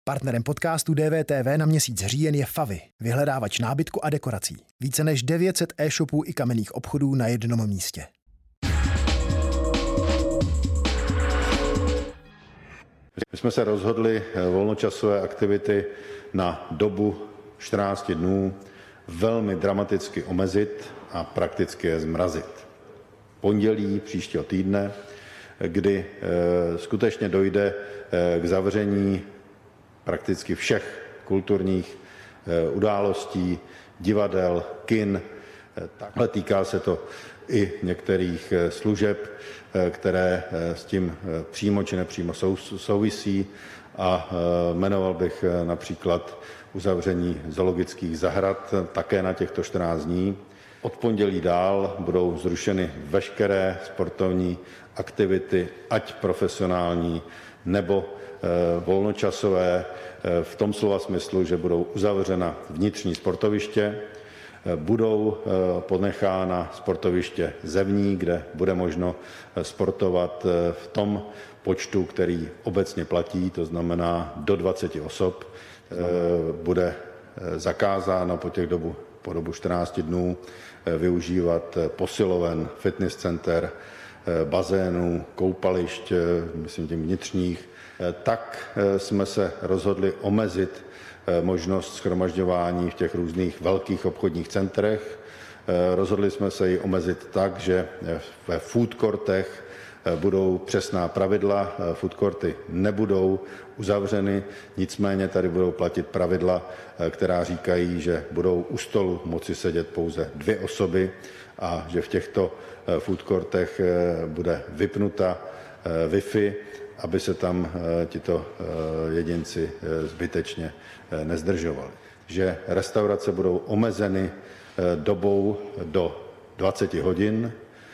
Partnerem podcastu DVTV na měsíc říjen je Favy, vyhledávač nábytku a dekorací. Více než 900 e-shopů i kamenných obchodů na jednom místě. My jsme se rozhodli volnočasové aktivity na dobu 14 dnů velmi dramaticky omezit a prakticky je zmrazit. Pondělí příštího týdne, kdy skutečně dojde k zavření prakticky všech kulturních událostí, divadel, kin. Takhle týká se to i některých služeb, které s tím přímo či nepřímo souvisí, a jmenoval bych například uzavření zoologických zahrad také na těchto 14 dní. Od pondělí dál budou zrušeny veškeré sportovní aktivity, ať profesionální nebo volnočasové, v tom slova smyslu, že budou uzavřena vnitřní sportoviště, budou ponechána sportoviště zevní, kde bude možno sportovat v tom počtu, který obecně platí, to znamená do 20 osob. Bude zakázáno po dobu 14 dnů využívat posiloven, fitness center, bazénů, koupališť, myslím tím vnitřních. Tak jsme se rozhodli omezit možnost shromažďování v těch různých velkých obchodních centrech. Rozhodli jsme se ji omezit tak, že ve food courtech budou přesná pravidla. Food courty nebudou uzavřeny, nicméně tady budou platit pravidla, která říkají, že budou u stolu moci sedět pouze 2 osoby a že v těchto food courtech bude vypnuta Wi-Fi, aby se tam tito jedinci zbytečně nezdržovali. Že restaurace budou omezeny dobou do 20 hodin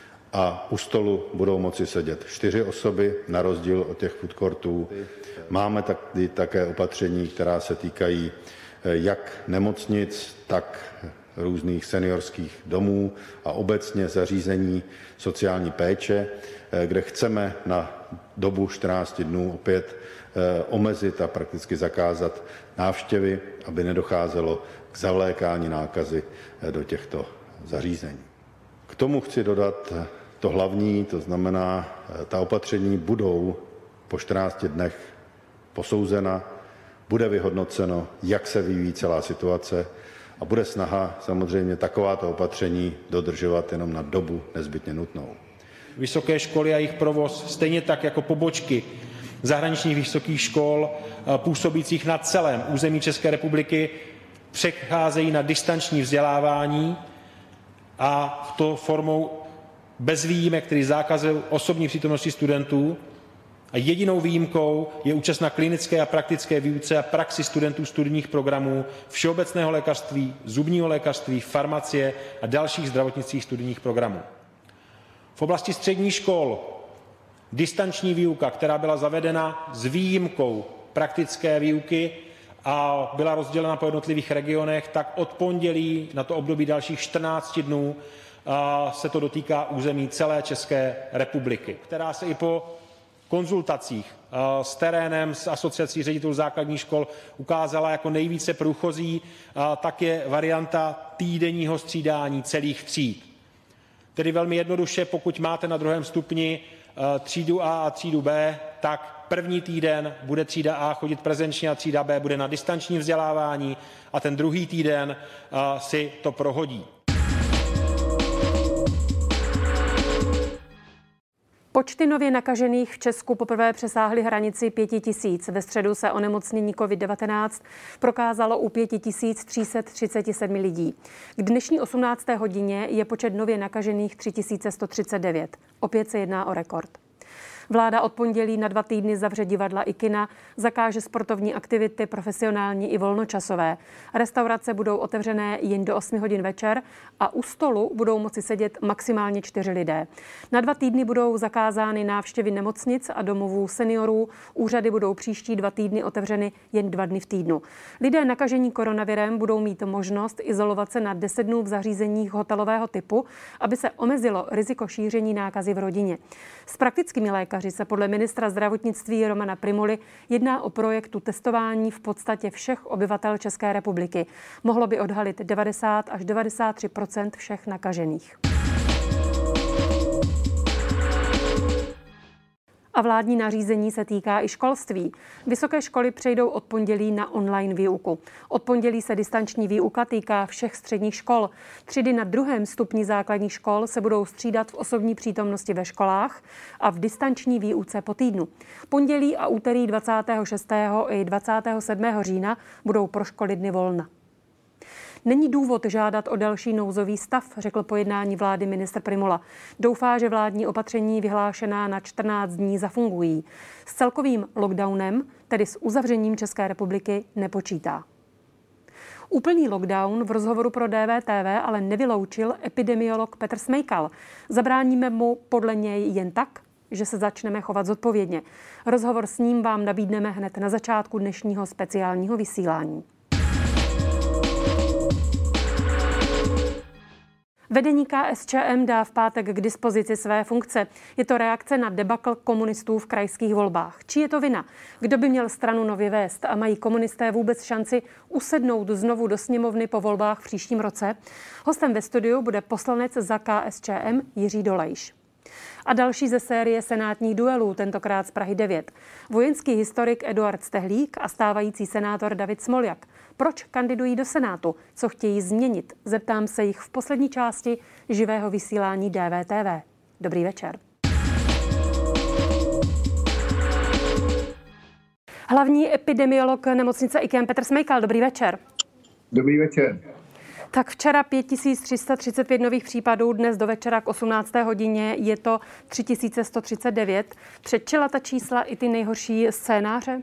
a u stolu budou moci sedět 4 osoby, na rozdíl od těch food courtů. Máme také opatření, která se týkají jak nemocnic, tak různých seniorských domů a obecně zařízení sociální péče, kde chceme na dobu 14 dnů opět omezit a prakticky zakázat návštěvy, aby nedocházelo k zavlékání nákazy do těchto zařízení. K tomu chci dodat to hlavní, to znamená, ta opatření budou po 14 dnech posouzena, bude vyhodnoceno, jak se vyvíjí celá situace a bude snaha samozřejmě takováto opatření dodržovat jenom na dobu nezbytně nutnou. Vysoké školy a jejich provoz, stejně tak jako pobočky zahraničních vysokých škol působících na celém území České republiky, přecházejí na distanční vzdělávání, a to formou bez výjimek, tedy zákazu osobní přítomnosti studentů. A jedinou výjimkou je účast na klinické a praktické výuce a praxi studentů studijních programů všeobecného lékařství, zubního lékařství, farmacie a dalších zdravotnických studijních programů. V oblasti středních škol distanční výuka, která byla zavedena s výjimkou praktické výuky a byla rozdělena po jednotlivých regionech, tak od pondělí na to období dalších 14 dnů se to dotýká území celé České republiky, která se i po konzultacích s terénem, s asociací ředitelů základních škol ukázala jako nejvíce průchozí, tak je varianta týdenního střídání celých tříd. Tedy velmi jednoduše, pokud máte na 2. stupni třídu A a třídu B, tak první týden bude třída A chodit prezenčně a třída B bude na distanční vzdělávání a ten druhý týden si to prohodí. Počty nově nakažených v Česku poprvé přesáhly hranici 5 000. Ve středu se onemocnění COVID-19 prokázalo u 5 337 lidí. K dnešní 18. hodině je počet nově nakažených 3 139. Opět se jedná o rekord. Vláda od pondělí na 2 týdny zavře divadla i kina, zakáže sportovní aktivity, profesionální i volnočasové. Restaurace budou otevřené jen do 8 hodin večer a u stolu budou moci sedět maximálně 4 lidé. Na 2 týdny budou zakázány návštěvy nemocnic a domovů seniorů. Úřady budou příští 2 týdny otevřeny jen 2 dny v týdnu. Lidé nakažení koronavirem budou mít možnost izolovat se na 10 dnů v zařízeních hotelového typu, aby se omezilo riziko šíření nákazy v rodině. S praktickými lékaři lékaři se podle ministra zdravotnictví Romana Prymuly jedná o projektu testování v podstatě všech obyvatel České republiky. Mohlo by odhalit 90 až 93% všech nakažených. A vládní nařízení se týká i školství. Vysoké školy přejdou od pondělí na online výuku. Od pondělí se distanční výuka týká všech středních škol. Třídy na 2. stupni základních škol se budou střídat v osobní přítomnosti ve školách a v distanční výuce po týdnu. Pondělí a úterý 26. i 27. října budou pro školy dny volna. Není důvod žádat o další nouzový stav, řekl po jednání vlády ministr Prymula. Doufá, že vládní opatření vyhlášená na 14 dní zafungují. S celkovým lockdownem, tedy s uzavřením České republiky, nepočítá. Úplný lockdown v rozhovoru pro DVTV ale nevyloučil epidemiolog Petr Smejkal. Zabráníme mu podle něj jen tak, že se začneme chovat zodpovědně. Rozhovor s ním vám nabídneme hned na začátku dnešního speciálního vysílání. Vedení KSČM dá v pátek k dispozici své funkce. Je to reakce na debakl komunistů v krajských volbách. Čí je to vina? Kdo by měl stranu nově vést? A mají komunisté vůbec šanci usednout znovu do sněmovny po volbách v příštím roce? Hostem ve studiu bude poslanec za KSČM Jiří Dolejš. A další ze série senátních duelů, tentokrát z Prahy 9. Vojenský historik Eduard Stehlík a stávající senátor David Smoljak. Proč kandidují do Senátu? Co chtějí změnit? Zeptám se jich v poslední části živého vysílání DVTV. Dobrý večer. Hlavní epidemiolog nemocnice IKEM Petr Smejkal. Dobrý večer. Dobrý večer. Tak včera 5335 nových případů, dnes do večera k 18. hodině je to 3139. Předčila ta čísla i ty nejhorší scénáře?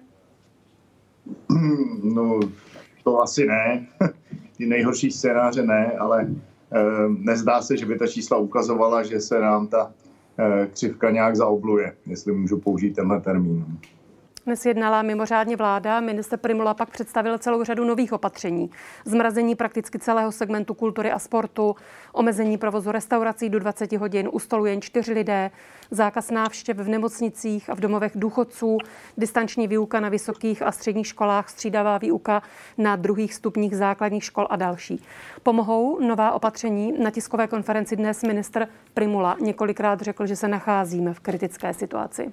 No, to asi ne. Ty nejhorší scénáře ne, ale nezdá se, že by ta čísla ukazovala, že se nám ta křivka nějak zaobluje, jestli můžu použít tenhle termín. Dnes jednala mimořádně vláda, ministr Prymula pak představil celou řadu nových opatření. Zmrazení prakticky celého segmentu kultury a sportu, omezení provozu restaurací do 20 hodin, u stolu jen 4 lidé, zákaz návštěv v nemocnicích a v domovech důchodců, distanční výuka na vysokých a středních školách, střídavá výuka na 2. stupních základních škol a další. Pomohou nová opatření? Na tiskové konferenci dnes ministr Prymula několikrát řekl, že se nacházíme v kritické situaci.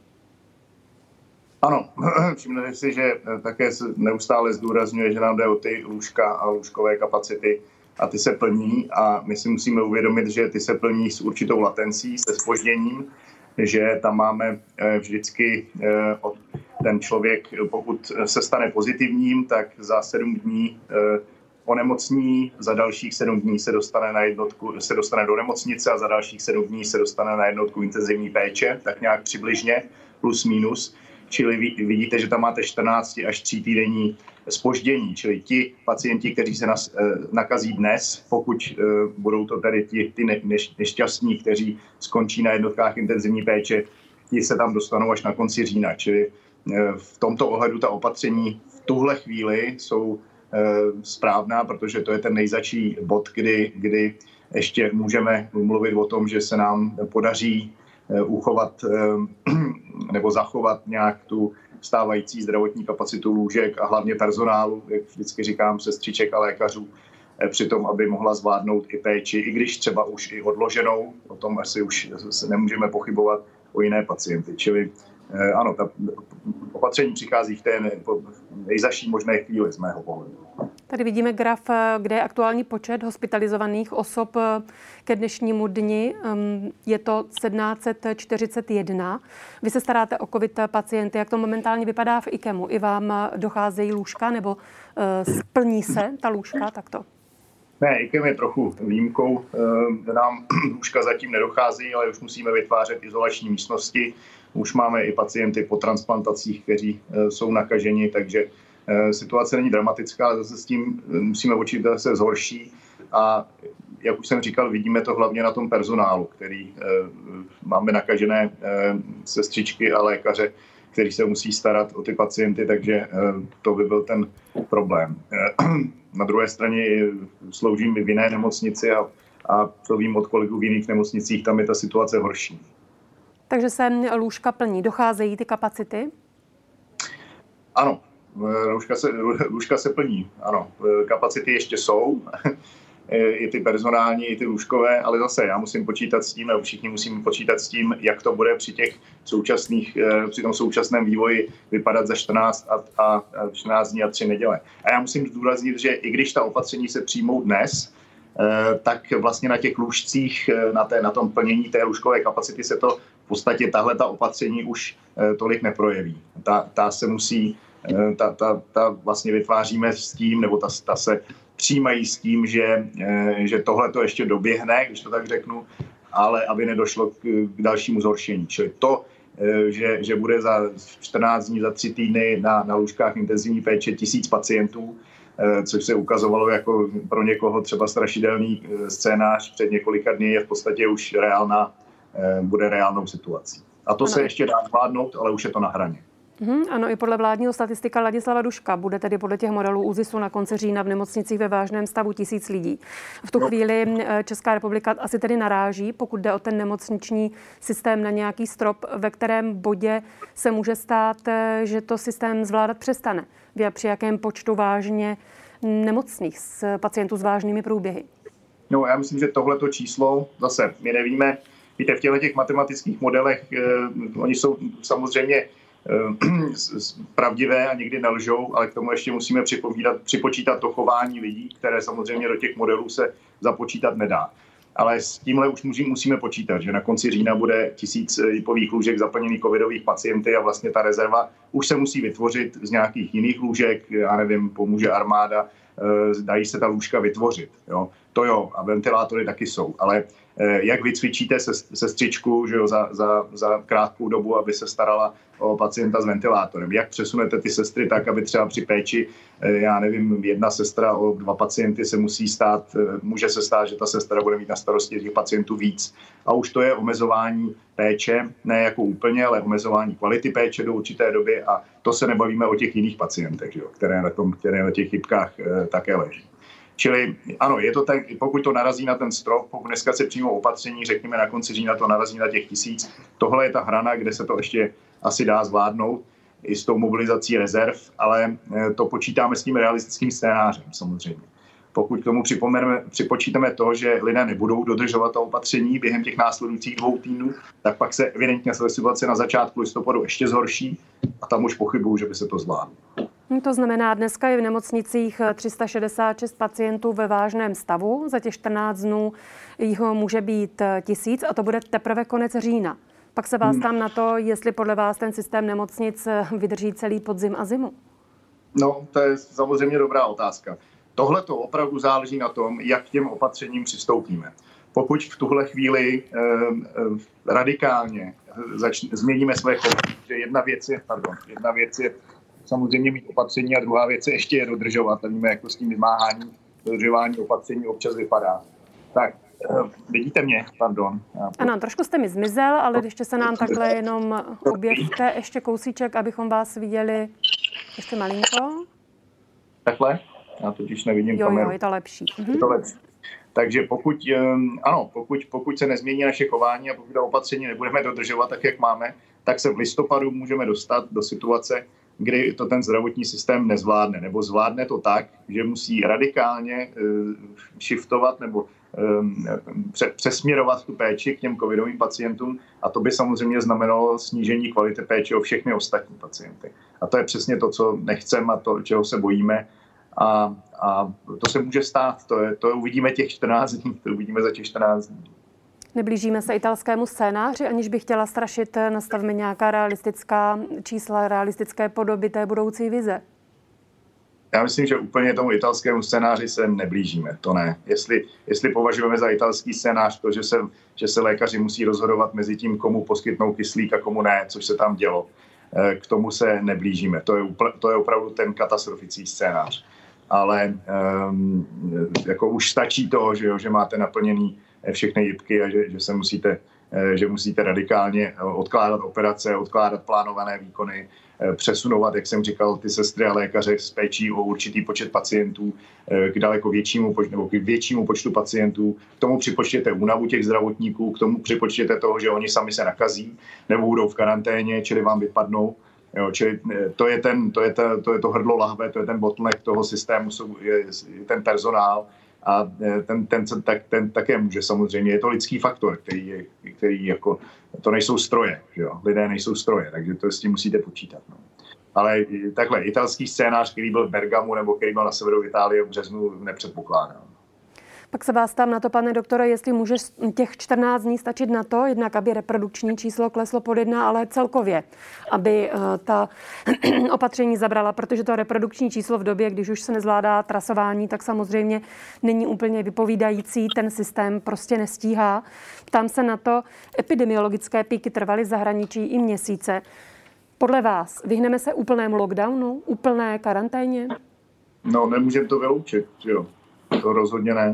Ano, všimnete si, že také neustále zdůrazňuje, že nám jde o ty lůžka a lůžkové kapacity a ty se plní a my si musíme uvědomit, že ty se plní s určitou latencí, se zpožděním, že tam máme vždycky ten člověk, pokud se stane pozitivním, tak za 7 dní onemocní, za dalších 7 dní se dostane do nemocnice a za dalších 7 dní se dostane na jednotku intenzivní péče, tak nějak přibližně plus minus. Čili vidíte, že tam máte 14 až 3 týdenní zpoždění, čili ti pacienti, kteří se nakazí dnes, pokud budou to tedy ty nešťastní, kteří skončí na jednotkách intenzivní péče, ti se tam dostanou až na konci října. Čili v tomto ohledu ta opatření v tuhle chvíli jsou správná, protože to je ten nejzatší bod, kdy ještě můžeme mluvit o tom, že se nám podaří uchovat nebo zachovat nějak tu stávající zdravotní kapacitu lůžek a hlavně personálu, jak vždycky říkám, sestřiček a lékařů, přitom, aby mohla zvládnout i péči, i když třeba už i odloženou, o tom asi už nemůžeme pochybovat, o jiné pacienty. Čili ano, ta opatření přichází v té nejzazší možné chvíli z mého pohledu. Tady vidíme graf, kde je aktuální počet hospitalizovaných osob ke dnešnímu dni. Je to 1741. Vy se staráte o covid pacienty. Jak to momentálně vypadá v IKEMu? I vám docházejí lůžka nebo splní se ta lůžka takto? Ne, IKEM je trochu výjimkou. Nám lůžka zatím nedochází, ale už musíme vytvářet izolační místnosti. Už máme i pacienty po transplantacích, kteří jsou nakaženi, takže situace není dramatická, ale zase s tím musíme očekávat, že se zhorší. A jak už jsem říkal, vidíme to hlavně na tom personálu, který máme nakažené sestřičky a lékaře, kteří se musí starat o ty pacienty, takže to by byl ten problém. Na druhé straně sloužím v jiné nemocnici a to vím od kolegů v jiných nemocnicích, tam je ta situace horší. Takže se lůžka plní. Docházejí ty kapacity? Ano, lůžka se plní. Ano, kapacity ještě jsou. I ty personální, i ty lůžkové, ale zase já musím počítat s tím, nebo všichni musíme počítat s tím, jak to bude při tom současném vývoji vypadat za 14 dní a 3 neděle. A já musím zdůraznit, že i když ta opatření se přijmou dnes, tak vlastně na těch lůžcích, na tom plnění té lůžkové kapacity se to v podstatě tahleta opatření už tolik neprojeví. Ta se musí, ta vlastně vytváříme s tím, nebo ta se přijímají s tím, že tohle to ještě doběhne, když to tak řeknu, ale aby nedošlo k dalšímu zhoršení. Čili to, že bude za 14 dní, za 3 týdny na lůžkách intenzivní péče 1000 pacientů, což se ukazovalo jako pro někoho třeba strašidelný scénář před několika dny, je v podstatě už bude reálnou situací. A to se ještě dá zvládnout, ale už je to na hraně. Ano, i podle vládního statistika Ladislava Duška bude tedy podle těch modelů ÚZISu na konci října v nemocnicích ve vážném stavu 1000 lidí. V tu chvíli Česká republika asi tedy naráží, pokud jde o ten nemocniční systém, na nějaký strop, ve kterém bodě se může stát, že to systém zvládat přestane. Při jakém počtu vážně nemocných pacientů s vážnými průběhy? No, já myslím, že tohleto číslo, zase my nevíme, víte, v těch matematických modelech, oni jsou samozřejmě pravdivé a nikdy nelžou, ale k tomu ještě musíme připočítat to chování lidí, které samozřejmě do těch modelů se započítat nedá. Ale s tímhle už musíme počítat, že na konci října bude 1000 jipových lůžek zaplněných covidových pacienty a vlastně ta rezerva už se musí vytvořit z nějakých jiných lůžek, já nevím, pomůže armáda, dají se ta lůžka vytvořit. Jo? To jo, a ventilátory taky jsou, ale jak vycvičíte sestřičku, že jo, za krátkou dobu, aby se starala o pacienta s ventilátorem. Jak přesunete ty sestry tak, aby třeba při péči, já nevím, jedna sestra o 2 pacienty může se stát, že ta sestra bude mít na starosti těch pacientů víc. A už to je omezování péče, ne jako úplně, ale omezování kvality péče do určité doby a to se nebavíme o těch jiných pacientech, že jo, které na těch chybkách také leží. Čili ano, je to tak, pokud to narazí na ten strop, pokud dneska se přijmou opatření, řekněme na konci října to narazí na těch 1000, tohle je ta hrana, kde se to ještě asi dá zvládnout i s tou mobilizací rezerv, ale to počítáme s tím realistickým scénářem samozřejmě. Pokud k tomu připočítáme to, že lidé nebudou dodržovat ta opatření během těch následujících 2 týdnů, tak pak se evidentně situace na začátku listopadu ještě zhorší a tam už pochybuju, že by se to zvládlo. To znamená, dneska je v nemocnicích 366 pacientů ve vážném stavu. Za těch 14 dnů jich může být 1000 a to bude teprve konec října. Pak se vás tam na to, jestli podle vás ten systém nemocnic vydrží celý podzim a zimu. No, to je samozřejmě dobrá otázka. Tohle to opravdu záleží na tom, jak k těm opatřením přistoupíme. Pokud v tuhle chvíli radikálně změníme své chování, že jedna věc je samozřejmě mít opatření a druhá věc je ještě je dodržovat. A víme, jak to s tím vymáhání, dodržování opatření občas vypadá. Tak, vidíte mě? Pardon. Ano, trošku jste mi zmizel, ale ještě se nám takhle jenom objevte ještě kousíček, abychom vás viděli ještě malinko. Takhle? Já totiž nevidím kameru. Jo, je to lepší. Je to lepší. Takže pokud se nezmění naše chování a pokud ta opatření nebudeme dodržovat tak, jak máme, tak se v listopadu můžeme dostat do situace, kdy to ten zdravotní systém nezvládne. Nebo zvládne to tak, že musí radikálně shiftovat nebo přesměrovat tu péči k těm covidovým pacientům a to by samozřejmě znamenalo snížení kvality péče o všechny ostatní pacienty. A to je přesně to, co nechceme a to, čeho se bojíme. A to se může stát. To uvidíme těch 14 dní. To uvidíme za těch 14 dní. Neblížíme se italskému scénáři, aniž bych chtěla strašit, nastavme nějaká realistická čísla, realistické podoby té budoucí vize. Já myslím, že úplně tomu italskému scénáři se neblížíme, to ne. Jestli považujeme za italský scénář to, že se lékaři musí rozhodovat mezi tím, komu poskytnout kyslík a komu ne, což se tam dělo, k tomu se neblížíme. To je opravdu ten katastrofický scénář. Ale jako už stačí to, že máte naplněný všechny jipky a že se musíte že musíte radikálně odkládat operace, odkládat plánované výkony, přesunovat, jak jsem říkal, ty sestry a lékaře s péčí o určitý počet pacientů k daleko většímu počtu pacientů. K tomu připočtěte únavu těch zdravotníků, k tomu připočtěte toho, že oni sami se nakazí nebo budou v karanténě, čili vám vypadnou. Jo, čili to je to hrdlo lahve, to je ten bottleneck toho systému, je ten personál a ten také může samozřejmě. Je to lidský faktor, který jako, to nejsou stroje, jo? Lidé nejsou stroje, takže to s tím musíte počítat. No. Ale takhle, italský scénář, který byl v Bergamu nebo který byl na severu Itálie v březnu, nepředpokládám. Pak se vás ptám na to, pane doktore, jestli může těch 14 dní stačit na to, jednak aby reprodukční číslo kleslo pod 1, ale celkově, aby ta opatření zabrala, protože to reprodukční číslo v době, když už se nezvládá trasování, tak samozřejmě není úplně vypovídající, ten systém prostě nestíhá. Ptám se na to, epidemiologické píky trvaly v zahraničí i měsíce. Podle vás vyhneme se úplnému lockdownu, úplné karanténě? No, nemůžeme to vyloučit, jo. To rozhodně ne.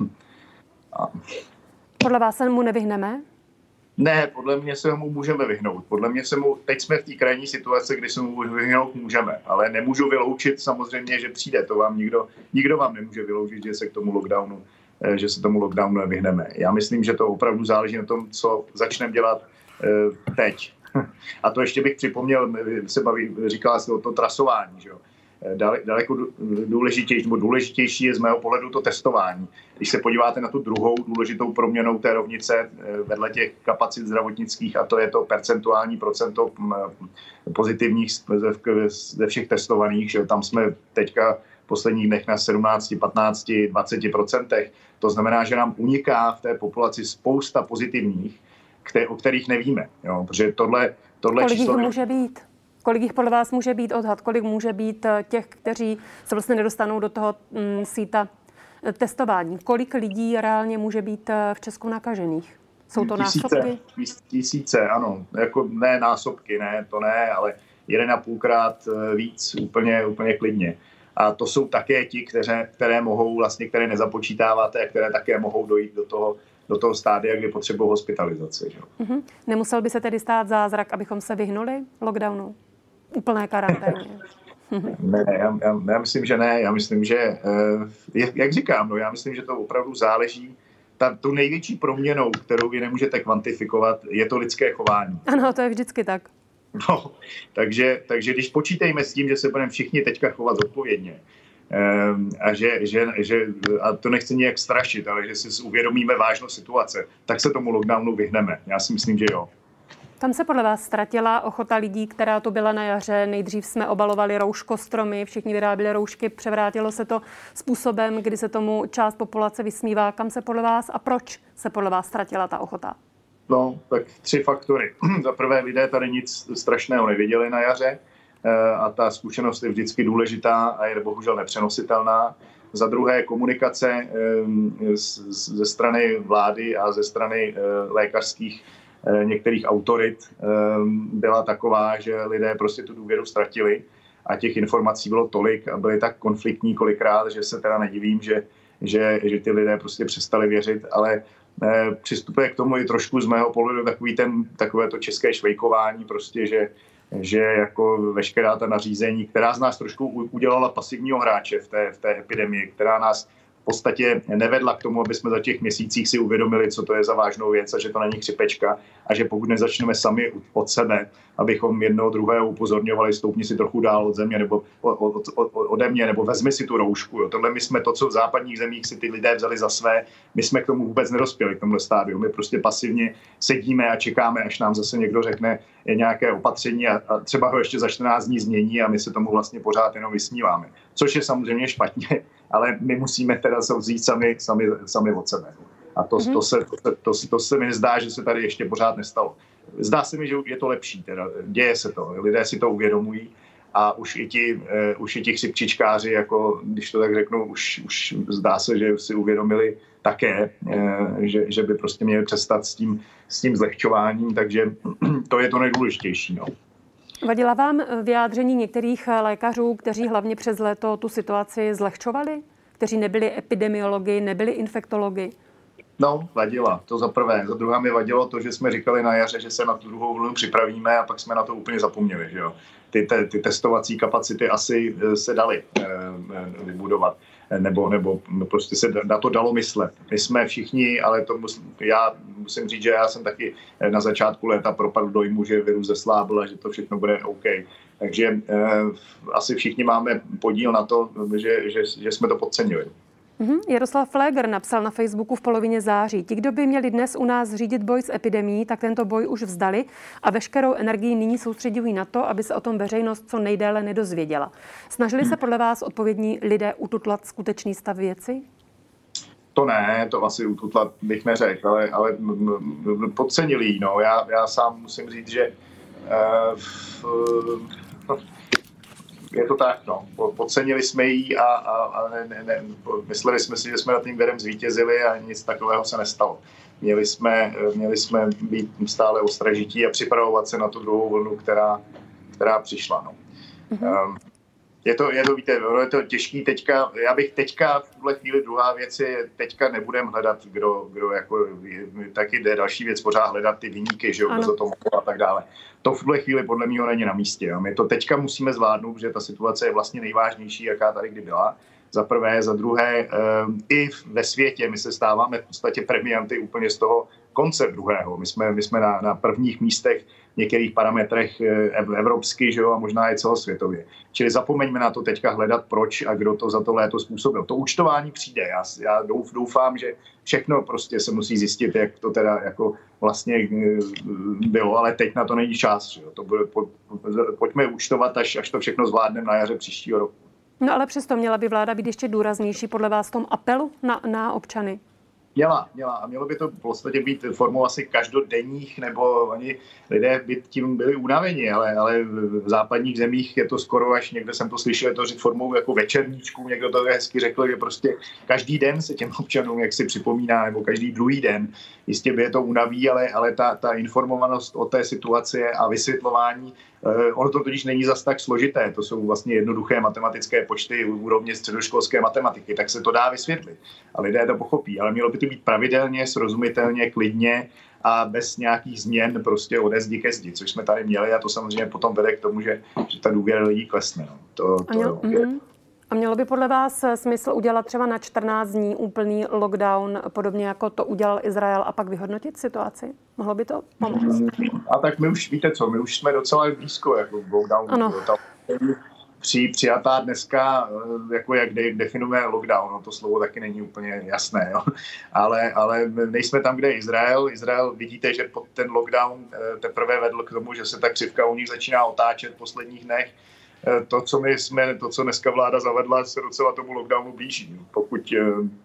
Podle vás se mu nevyhneme? Ne, podle mě se mu můžeme vyhnout. Podle mě teď jsme v té krajní situaci, kdy se mu vyhnout můžeme, ale nemůžu vyloučit samozřejmě, že přijde. To vám nikdo vám nemůže vyloučit, že se tomu lockdownu nevyhneme. Já myslím, že to opravdu záleží na tom, co začneme dělat teď. A to ještě bych připomněl, říkala jsi o to trasování, že jo. Daleko důležitější je z mého pohledu to testování. Když se podíváte na tu druhou důležitou proměnou té rovnice vedle těch kapacit zdravotnických, a to je to percentuální procento pozitivních ze všech testovaných, že tam jsme teďka v posledních dnech na 17, 15, 20%. To znamená, že nám uniká v té populaci spousta pozitivních, o kterých nevíme. Jo? Protože tohle kolik číslo jich může být? Kolik jich podle vás může být odhad? Kolik může být těch, kteří se vlastně nedostanou do toho síta testování? Kolik lidí reálně může být v Česku nakažených? Jsou to násobky? Tisíce, ano. Jako ne násobky, ne, to ne, ale 1,5krát víc, úplně klidně. A to jsou také ti, které mohou vlastně, které nezapočítáváte a které také mohou dojít do toho stádia, kdy potřebují hospitalizaci. Že? Mm-hmm. Nemusel by se tedy stát zázrak, abychom se vyhnuli lockdownu? Úplné karanténě? Ne, já myslím, že ne. Já myslím, že, jak říkám, já myslím, že to opravdu záleží. Tu největší proměnou, kterou vy nemůžete kvantifikovat, je to lidské chování. Ano, to je vždycky tak. No, takže když počítejme s tím, že se budeme všichni teďka chovat zodpovědně, a to nechci nějak strašit, ale že si uvědomíme vážnost situace, tak se tomu lockdownu vyhneme. Já si myslím, že jo. Tam se podle vás ztratila ochota lidí, která tu byla na jaře. Nejdřív jsme obalovali rouškostromy, všichni vyráběli roušky, převrátilo se to způsobem, kdy se tomu část populace vysmívá. Kam se podle vás a proč se podle vás ztratila ta ochota? No, tak 3 faktory. Za prvé, lidé tady nic strašného neviděli na jaře a ta zkušenost je vždycky důležitá a je bohužel nepřenositelná. Za druhé, komunikace ze strany vlády a ze strany lékařských některých autorit byla taková, že lidé prostě tu důvěru ztratili a těch informací bylo tolik a byly tak konfliktní kolikrát, že se teda nedivím, že ty lidé prostě přestali věřit, ale přistupuje k tomu i trošku z mého pohledu takové to české švejkování, prostě, že jako veškerá ta nařízení, která z nás trošku udělala pasivního hráče v té epidemii, která nás v podstatě nevedla k tomu, aby jsme za těch měsících si uvědomili, co to je za vážnou věc a že to není chřipečka a že pokud nezačneme sami od sebe, abychom jednoho druhého upozorňovali, stoupni si trochu dál od země nebo ode mě, nebo vezmi si tu roušku. Jo. Tohle my jsme to, co v západních zemích si ty lidé vzali za své, my jsme k tomu vůbec nedospěli, k tomhle stádiu. My prostě pasivně sedíme a čekáme, až nám zase někdo řekne nějaké opatření a třeba ho ještě za 14 dní změní a my se tomu vlastně pořád jenom vysmíváme. Což je samozřejmě špatně, ale my musíme teda se vzít sami od sebe. A to se mi zdá, že se tady ještě pořád nestalo. Zdá se mi, že je to lepší, teda děje se to, lidé si to uvědomují a už i ti chřipčičkáři, jako když to tak řeknu, už zdá se, že si uvědomili také, že by prostě měli přestat s tím zlehčováním, takže to je to nejdůležitější. No. Vadila vám vyjádření některých lékařů, kteří hlavně přes léto tu situaci zlehčovali? Kteří nebyli epidemiologi, nebyli infektologi? No, vadila, to za prvé. Za druhé mi vadilo to, že jsme říkali na jaře, že se na tu druhou vlnu připravíme a pak jsme na to úplně zapomněli. Že jo? Ty testovací kapacity asi se daly vybudovat, nebo prostě se na to dalo myslet. My jsme všichni, ale já musím říct, že já jsem taky na začátku léta propadl dojmu, že virus zeslábl a že to všechno bude OK. Takže asi všichni máme podíl na to, že jsme to podcenili. Jaroslav Flegr napsal na Facebooku v polovině září. Ti, kdo by měli dnes u nás řídit boj s epidemií, tak tento boj už vzdali a veškerou energii nyní soustředují na to, aby se o tom veřejnost co nejdéle nedozvěděla. Snažili se podle vás odpovědní lidé ututlat skutečný stav věci? To ne, to asi ututlat bych neřekl, ale podcenili ji. No. Já sám musím říct, že je to tak, no. Podcenili jsme ji a mysleli jsme si, že jsme nad tím virem zvítězili a nic takového se nestalo. Měli jsme být stále ostražití a připravovat se na tu druhou vlnu, která přišla. No. Je to, víte, je to těžký teďka. Já bych teďka v tuhle chvíli druhá věc je, teďka nebudeme hledat, kdo jako, taky jde další věc, pořád hledat ty viníky, že kdo za to mohl a tak dále. To v tuhle chvíli podle mého není na místě. Jo. My to teďka musíme zvládnout, protože ta situace je vlastně nejvážnější, jaká tady kdy byla. Za prvé, za druhé, i ve světě my se stáváme v podstatě premianty úplně z toho konce druhého. My jsme na prvních místech v některých parametrech evropsky, že jo, a možná i celosvětově. Čili zapomeňme na to teďka hledat, proč a kdo to za to léto způsobil. To účtování přijde. Já doufám, že všechno prostě se musí zjistit, jak to teda jako vlastně bylo, ale teď na to není čas. Že jo. To bude, pojďme účtovat, až to všechno zvládneme na jaře příštího roku. No ale přesto měla by vláda být ještě důraznější podle vás v tom apelu na občany? Měla. A mělo by to v podstatě být formou asi každodenních, nebo oni lidé by tím byli unaveni, ale v západních zemích je to skoro až, někde jsem to slyšel, je to formou jako večerníčků, někdo to hezky řekl, že prostě každý den se těm občanům jak si připomíná, nebo každý druhý den. Jistě by je to unaví, ale ta informovanost o té situaci a vysvětlování, ono to totiž není zas tak složité, to jsou vlastně jednoduché matematické počty úrovně středoškolské matematiky, tak se to dá vysvětlit a lidé to pochopí, ale mělo by to být pravidelně, srozumitelně, klidně a bez nějakých změn prostě ode zdi ke zdi, což jsme tady měli a to samozřejmě potom vede k tomu, že ta důvěra lidí klesne. No. A mělo by podle vás smysl udělat třeba na 14 dní úplný lockdown, podobně jako to udělal Izrael, a pak vyhodnotit situaci? Mohlo by to pomoct? A tak my už, víte co, my už jsme docela blízko jako lockdown. Ano. Přijatá dneska, jako jak definujeme lockdown, no to slovo taky není úplně jasné, jo. Ale nejsme tam, kde je Izrael. Izrael, vidíte, že pod ten lockdown teprve vedl k tomu, že se ta křivka u nich začíná otáčet v posledních dnech. To, co dneska vláda zavedla, se docela tomu lockdownu blíží. Pokud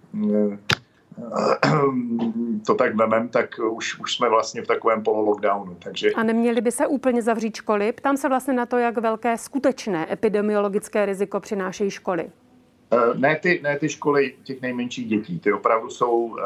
to tak vemem, tak už jsme vlastně v takovém pololockdownu. Takže... A neměly by se úplně zavřít školy? Ptám se vlastně na to, jak velké skutečné epidemiologické riziko přinášejí školy. Ne ty školy těch nejmenších dětí. Ty opravdu jsou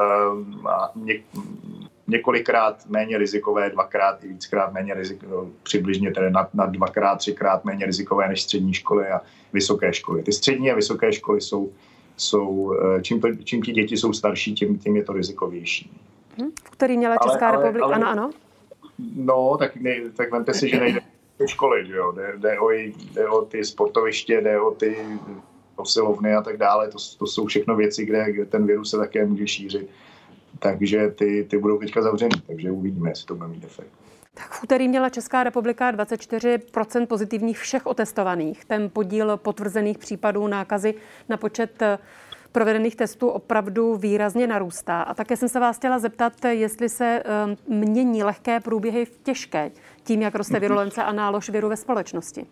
několikrát méně rizikové, dvakrát i víckrát méně rizikové, přibližně tedy na dvakrát, třikrát méně rizikové než střední školy a vysoké školy. Ty střední a vysoké školy jsou čím ti děti jsou starší, tím je to rizikovější. V který měla Česká republika? Ano. No, tak vemte si, že nejde o školy, že jo? Jde o ty sportoviště, jde o ty posilovny a tak dále. To jsou všechno věci, kde ten virus se také může šířit. Takže ty budou teďka zavřeny, takže uvidíme, jestli to bude mít efekt. Tak v úterý měla Česká republika 24% pozitivních všech otestovaných. Ten podíl potvrzených případů nákazy na počet provedených testů opravdu výrazně narůstá. A také jsem se vás chtěla zeptat, jestli se mění lehké průběhy v těžké, tím, jak roste virulence a nálož viru ve společnosti.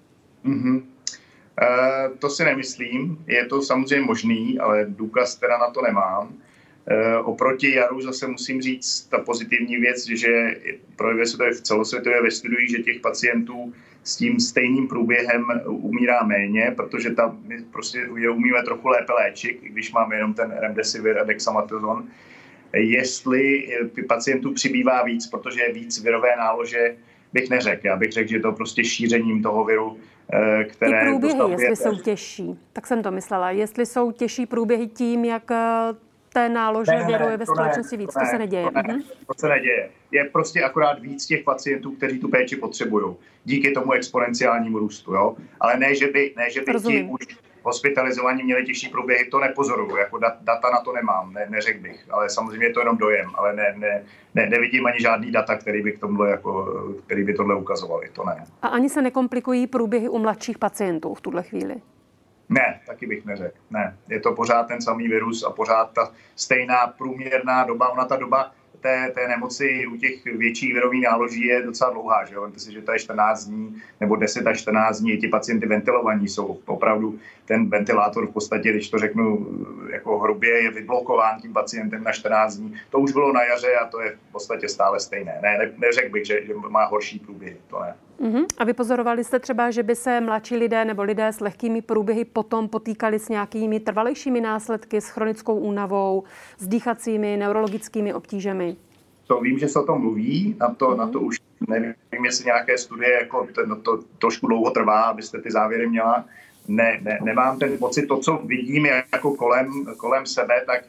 To si nemyslím. Je to samozřejmě možný, ale důkaz teda na to nemám. Oproti jaru zase musím říct ta pozitivní věc, že projevuje se to v celosvětově ve studiích, že těch pacientů s tím stejným průběhem umírá méně, protože my prostě je umíme trochu lépe léčit, když máme jenom ten remdesivir a dexametazon. Jestli pacientů přibývá víc, protože je víc virové nálože, bych neřekl. Já bych řekl, že to prostě šířením toho viru, které... Ty průběhy, jestli jsou těžší, tak jsem to myslela. Jestli jsou těžší průběhy tím, jak té nálože viru je ve společnosti víc. To se neděje. To se neděje. Je prostě akorát víc těch pacientů, kteří tu péči potřebují. Díky tomu exponenciálnímu růstu. Jo? Ale ne, že by ti už hospitalizovaní měli těžší průběhy, to nepozoruju. Jako data na to nemám, neřekl bych. Ale samozřejmě je to jenom dojem. Ale nevidím ani žádný data, který by tohle ukazovali. To ne. A ani se nekomplikují průběhy u mladších pacientů v tuhle chvíli? Ne, taky bych neřekl. Ne, je to pořád ten samý virus a pořád ta stejná průměrná doba. Ona ta doba té nemoci u těch větších virových náloží je docela dlouhá. Že jo? Vemte si, že to je 14 dní nebo 10 až 14 dní. Ti pacienty ventilovaní jsou opravdu ten ventilátor v podstatě, když to řeknu jako hrubě, je vyblokován tím pacientem na 14 dní. To už bylo na jaře a to je v podstatě stále stejné. Neřekl bych, že má horší průběhy. To ne. A vypozorovali jste třeba, že by se mladší lidé nebo lidé s lehkými průběhy potom potýkali s nějakými trvalejšími následky, s chronickou únavou, s dýchacími, neurologickými obtížemi? To vím, že se o tom mluví, na to už nevím, jestli nějaké studie, jako to trošku dlouho trvá, abyste ty závěry měla. Nemám ten pocit, to, co vidím jako kolem sebe, tak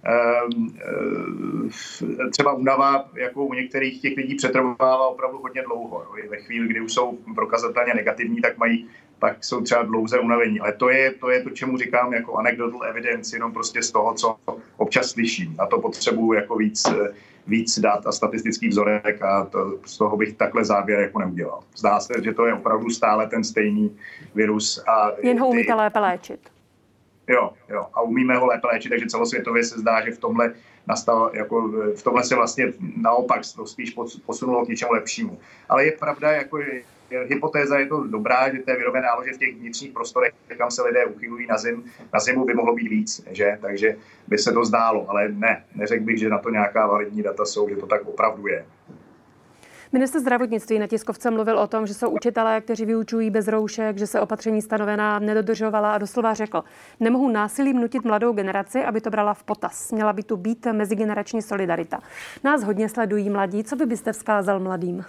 třeba únava, jako u některých těch lidí přetrvává opravdu hodně dlouho. Jo. Ve chvíli, kdy už jsou prokazatelně negativní, tak jsou třeba dlouze unavení. Ale to je to, čemu říkám jako anecdotal evidence, jenom prostě z toho, co občas slyším. A to potřebuju jako víc dat a statistický vzorek a z toho bych takhle závěr jako neudělal. Zdá se, že to je opravdu stále ten stejný virus. A jen ho umíte lépe léčit. Jo, a umíme ho lépe léčit, takže celosvětově se zdá, že v tomhle se vlastně naopak to spíš posunulo k něčemu lepšímu. Ale je pravda, jako hypotéza je to dobrá, že té virové nálože v těch vnitřních prostorech, kam se lidé uchylují na zimu, by mohlo být víc, že? Takže by se to zdálo, ale neřekl bych, že na to nějaká validní data jsou, že to tak opravdu je. Ministr zdravotnictví na tiskovce mluvil o tom, že jsou učitelé, kteří vyučují bez roušek, že se opatření stanovená nedodržovala a doslova řekl: nemohu násilím nutit mladou generaci, aby to brala v potaz. Měla by tu být mezigenerační solidarita. Nás hodně sledují mladí. Co byste vzkázal mladým?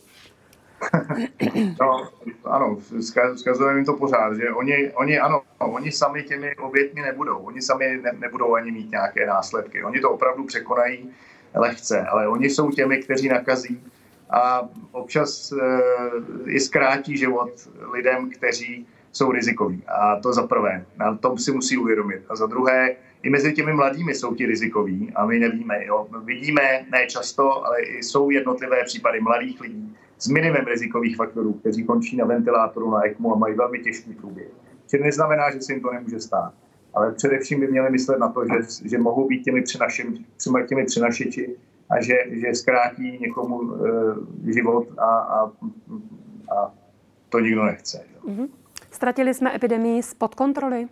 No, ano, vzkazujeme jim to pořád, že oni sami těmi oběťmi nebudou. Oni sami nebudou ani mít nějaké následky. Oni to opravdu překonají lehce, ale oni jsou těmi, kteří nakazí a občas i zkrátí život lidem, kteří jsou rizikoví. A to za prvé, na tom si musí uvědomit. A za druhé, i mezi těmi mladými jsou ti rizikoví a my nevíme. Jo. Vidíme, ne často, ale jsou jednotlivé případy mladých lidí s minimem rizikových faktorů, kteří končí na ventilátoru, na ECMO a mají velmi těžký průběh. Čili neznamená, že se jim to nemůže stát. Ale především by měli myslet na to, že mohou být těmi přenašeči a že zkrátí někomu život a to nikdo nechce. Mm-hmm. Ztratili jsme epidemii spod kontroly?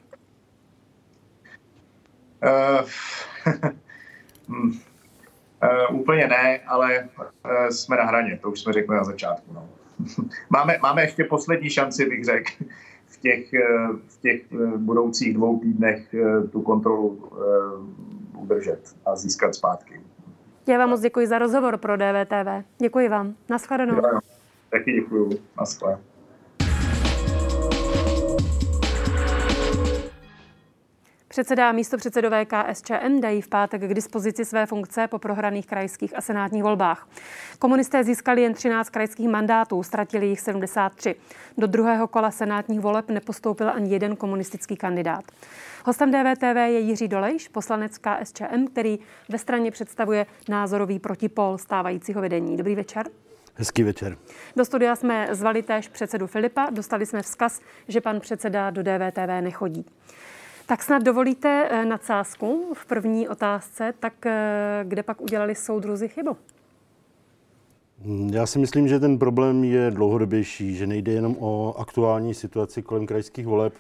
Úplně ne, ale jsme na hraně, to už jsme řekli na začátku. No. Máme ještě poslední šanci, bych řekl, v těch budoucích 2 týdnech tu kontrolu udržet a získat zpátky. Já vám moc děkuji za rozhovor pro DVTV. Děkuji vám. Naschledanou. Taky děkuju. Naschle. Předseda a místopředsedové KSČM dají v pátek k dispozici své funkce po prohraných krajských a senátních volbách. Komunisté získali jen 13 krajských mandátů, ztratili jich 73. Do druhého kola senátních voleb nepostoupil ani jeden komunistický kandidát. Hostem DVTV je Jiří Dolejš, poslanec KSČM, který ve straně představuje názorový protipól stávajícího vedení. Dobrý večer. Hezký večer. Do studia jsme zvali též předsedu Filipa. Dostali jsme vzkaz, že pan předseda do DVTV nechodí. Tak snad dovolíte nadsázku v první otázce, tak kde pak udělali soudruzi chybu? Já si myslím, že ten problém je dlouhodobější, že nejde jenom o aktuální situaci kolem krajských voleb.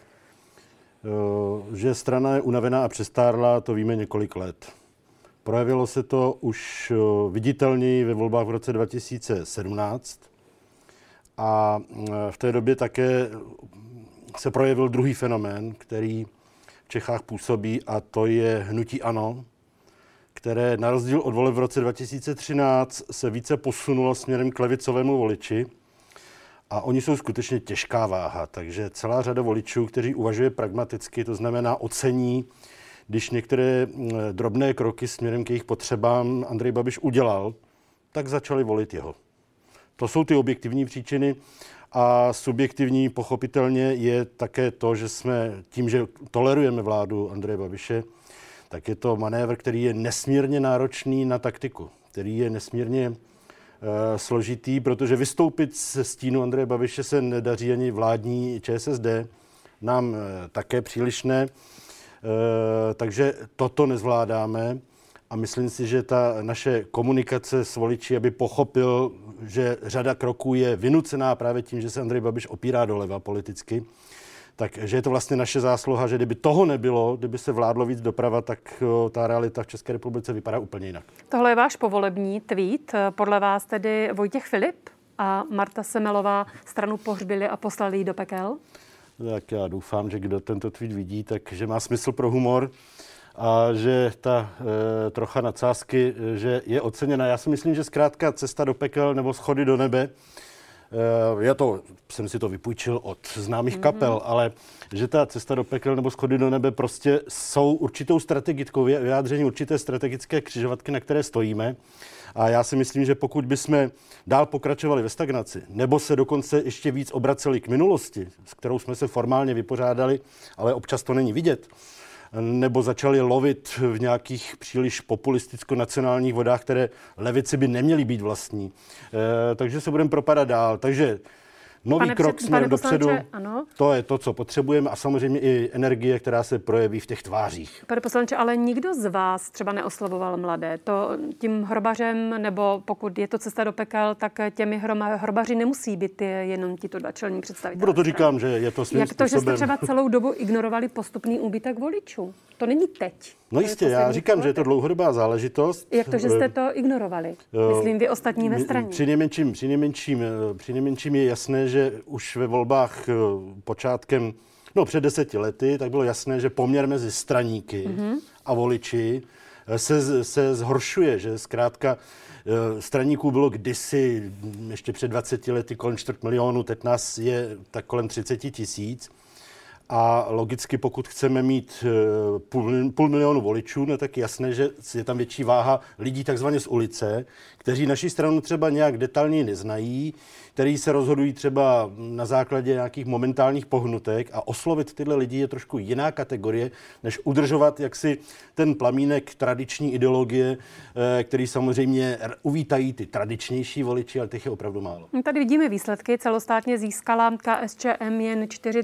Že strana je unavená a přestárlá, to víme několik let. Projevilo se to už viditelněji ve volbách v roce 2017 a v té době také se projevil druhý fenomén, který v Čechách působí, a to je hnutí ANO, které na rozdíl od voleb v roce 2013 se více posunulo směrem k levicovému voliči. A oni jsou skutečně těžká váha, takže celá řada voličů, kteří uvažuje pragmaticky, to znamená ocení když některé drobné kroky směrem k jejich potřebám Andrej Babiš udělal, tak začali volit jeho. To jsou ty objektivní příčiny a subjektivní pochopitelně je také to, že jsme tím, že tolerujeme vládu Andreje Babiše, tak je to manévr, který je nesmírně náročný na taktiku, který je nesmírně složitý, protože vystoupit ze stínu Andreje Babiše se nedaří ani vládní ČSSD, nám také příliš ne, takže toto nezvládáme a myslím si, že ta naše komunikace s voliči, aby pochopil, že řada kroků je vynucená právě tím, že se Andrej Babiš opírá doleva politicky, takže je to vlastně naše zásluha, že kdyby toho nebylo, kdyby se vládlo víc doprava, tak ta realita v České republice vypadá úplně jinak. Tohle je váš povolební tweet. Podle vás tedy Vojtěch Filip a Marta Semelová stranu pohřbili a poslali ji do pekel? Tak já doufám, že kdo tento tweet vidí, takže má smysl pro humor a že ta trocha nadsázky, že je oceněna. Já si myslím, že zkrátka cesta do pekel nebo schody do nebe, jsem si to vypůjčil od známých kapel, ale že ta cesta do pekel nebo schody do nebe prostě jsou určitou strategickou vyjádření určité strategické křižovatky, na které stojíme. A já si myslím, že pokud bychom dál pokračovali ve stagnaci, nebo se dokonce ještě víc obraceli k minulosti, s kterou jsme se formálně vypořádali, ale občas to není vidět, nebo začali lovit v nějakých příliš populisticko-nacionálních vodách, které levici by neměly být vlastní. Takže se budeme propadat dál. Takže nový krok směrem dopředu, to je to, co potřebujeme a samozřejmě i energie, která se projeví v těch tvářích. Pane poslanče, ale nikdo z vás třeba neoslavoval mladé. To tím hrobařem, nebo pokud je to cesta do pekel, tak těmi hrobaři nemusí být jenom tito dva čelní představitelé. Proto říkám, že je to svým způsobem. Jak to, že jste třeba celou dobu ignorovali postupný úbytek voličů? To není teď. No jistě, já říkám, že je to dlouhodobá záležitost. Jak to, že jste to ignorovali? Myslím, vy ostatní ve straně. Při nejmenším je jasné, že už ve volbách počátkem, před 10 lety, tak bylo jasné, že poměr mezi straníky a voliči se zhoršuje, že zkrátka straníků bylo kdysi, ještě před 20 lety kolem 4 milionů, teď nás je tak kolem 30 000. A logicky, pokud chceme mít půl milionu voličů, tak je jasné, že je tam větší váha lidí takzvaně z ulice, kteří naši stranu třeba nějak detailně neznají, kteří se rozhodují třeba na základě nějakých momentálních pohnutek a oslovit tyhle lidi je trošku jiná kategorie, než udržovat jaksi ten plamínek tradiční ideologie, který samozřejmě uvítají ty tradičnější voliči, ale těch je opravdu málo. Tady vidíme výsledky. Celostátně získala KSČM jen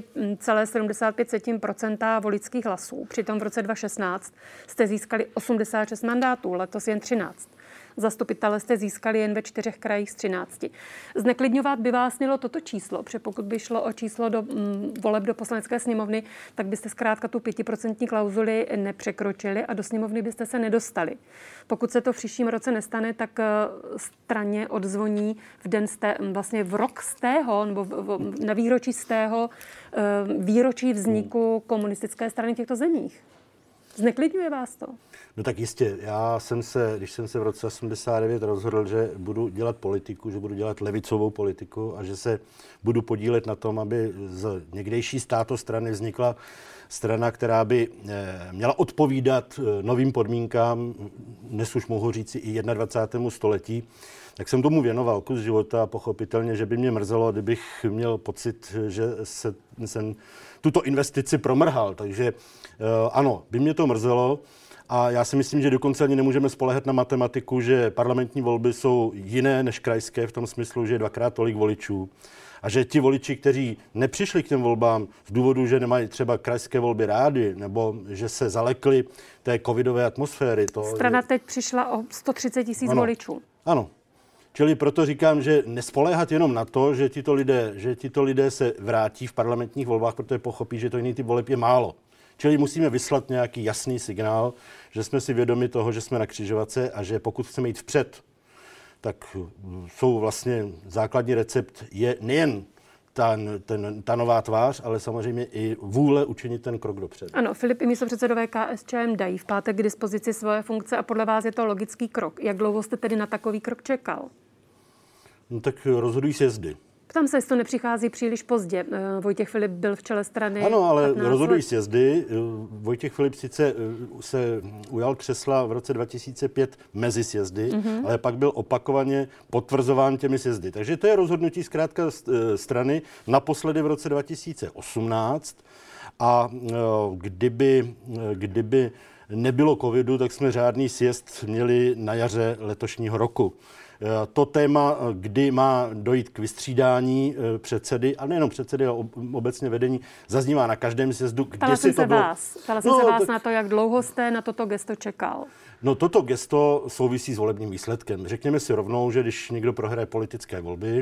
4,75% voličských hlasů. Přitom v roce 2016 jste získali 86 mandátů, letos jen 13. Zastupitele jste získali jen ve 4 krajích z 13. Zneklidňovat by vás mělo toto číslo, protože pokud by šlo o číslo do voleb do Poslanecké sněmovny, tak byste zkrátka tu 5% klauzuli nepřekročili a do sněmovny byste se nedostali. Pokud se to v příštím roce nestane, tak straně odzvoní v den vlastně v rok z tého, nebo na výročí z tého výročí vzniku komunistické strany v těchto zemích. Zneklidňuje vás to? No tak jistě. Když jsem se v roce 89 rozhodl, že budu dělat politiku, že budu dělat levicovou politiku a že se budu podílet na tom, aby z někdejší státostrany vznikla strana, která by měla odpovídat novým podmínkám, dnes už mohu říci i 21. století, tak jsem tomu věnoval kus života a pochopitelně, že by mě mrzelo, kdybych měl pocit, že jsem tuto investici promrhal. Takže ano, by mě to mrzelo a já si myslím, že dokonce ani nemůžeme spoléhat na matematiku, že parlamentní volby jsou jiné než krajské v tom smyslu, že je 2krát tolik voličů. A že ti voliči, kteří nepřišli k těm volbám z důvodu, že nemají třeba krajské volby rádi, nebo že se zalekli té covidové atmosféry. Strana teď přišla o 130 000 voličů. Ano. Čili proto říkám, že nespoléhat jenom na to, že tito lidé se vrátí v parlamentních volbách, protože pochopí, že to jiný typ voleb je málo. Čili musíme vyslat nějaký jasný signál, že jsme si vědomi toho, že jsme na křižovatce a že pokud chceme jít vpřed, tak jsou vlastně základní recept je nejen ta nová tvář, ale samozřejmě i vůle učinit ten krok dopředu. Ano, Filip i místopředsedové KSČM dají v pátek k dispozici svoje funkce a podle vás je to logický krok. Jak dlouho jste tedy na takový krok čekal? No tak rozhodují sjezdy. Tam se to nepřichází příliš pozdě. Vojtěch Filip byl v čele strany. Ano, ale rozhodují sjezdy. Vojtěch Filip sice se ujal křesla v roce 2005 mezi sjezdy, ale pak byl opakovaně potvrzován těmi sjezdy. Takže to je rozhodnutí zkrátka strany naposledy v roce 2018. A kdyby nebylo covidu, tak jsme řádný sjezd měli na jaře letošního roku. To téma, kdy má dojít k vystřídání předsedy, a nejenom předsedy, ale obecně vedení, zaznívá na každém sjezdu. Ptala jsem se vás na to, jak dlouho jste na toto gesto čekal. No toto gesto souvisí s volebním výsledkem. Řekněme si rovnou, že když někdo prohraje politické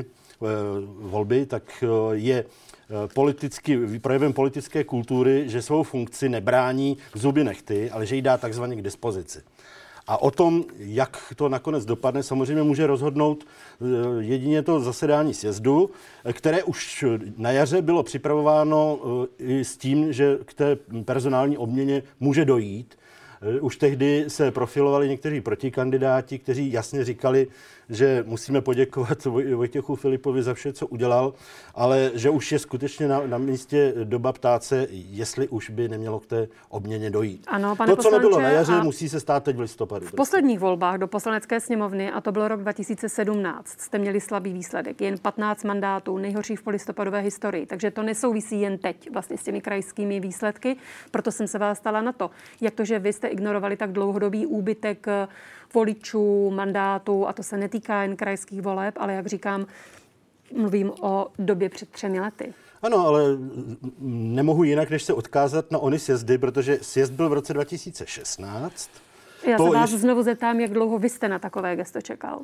volby, tak je projevem politické kultury, že svou funkci nebrání k zuby nehty, ale že ji dá takzvaně k dispozici. A o tom, jak to nakonec dopadne, samozřejmě může rozhodnout jedině to zasedání sjezdu, které už na jaře bylo připravováno i s tím, že k té personální obměně může dojít. Už tehdy se profilovali někteří protikandidáti, kteří jasně říkali, že musíme poděkovat Vojtěchu Filipovi za vše, co udělal, ale že už je skutečně na místě doba ptát se, jestli už by nemělo k té obměně dojít. Ano, pane co nebylo na jaře, musí se stát teď v listopadu. V posledních volbách do Poslanecké sněmovny, a to byl rok 2017, jste měli slabý výsledek. Jen 15 mandátů, nejhorší v polistopadové historii. Takže to nesouvisí jen teď vlastně s těmi krajskými výsledky. Proto jsem se vás ptala na to, jak to, že vy jste ignorovali tak dlouhodobý úbytek voličů, mandátů, a to se netýká jen krajských voleb, ale jak říkám, mluvím o době před 3 lety. Ano, ale nemohu jinak, než se odkázat na ony sjezdy, protože sjezd byl v roce 2016. Já se vás znovu zeptám, jak dlouho vy jste na takové gesto čekal?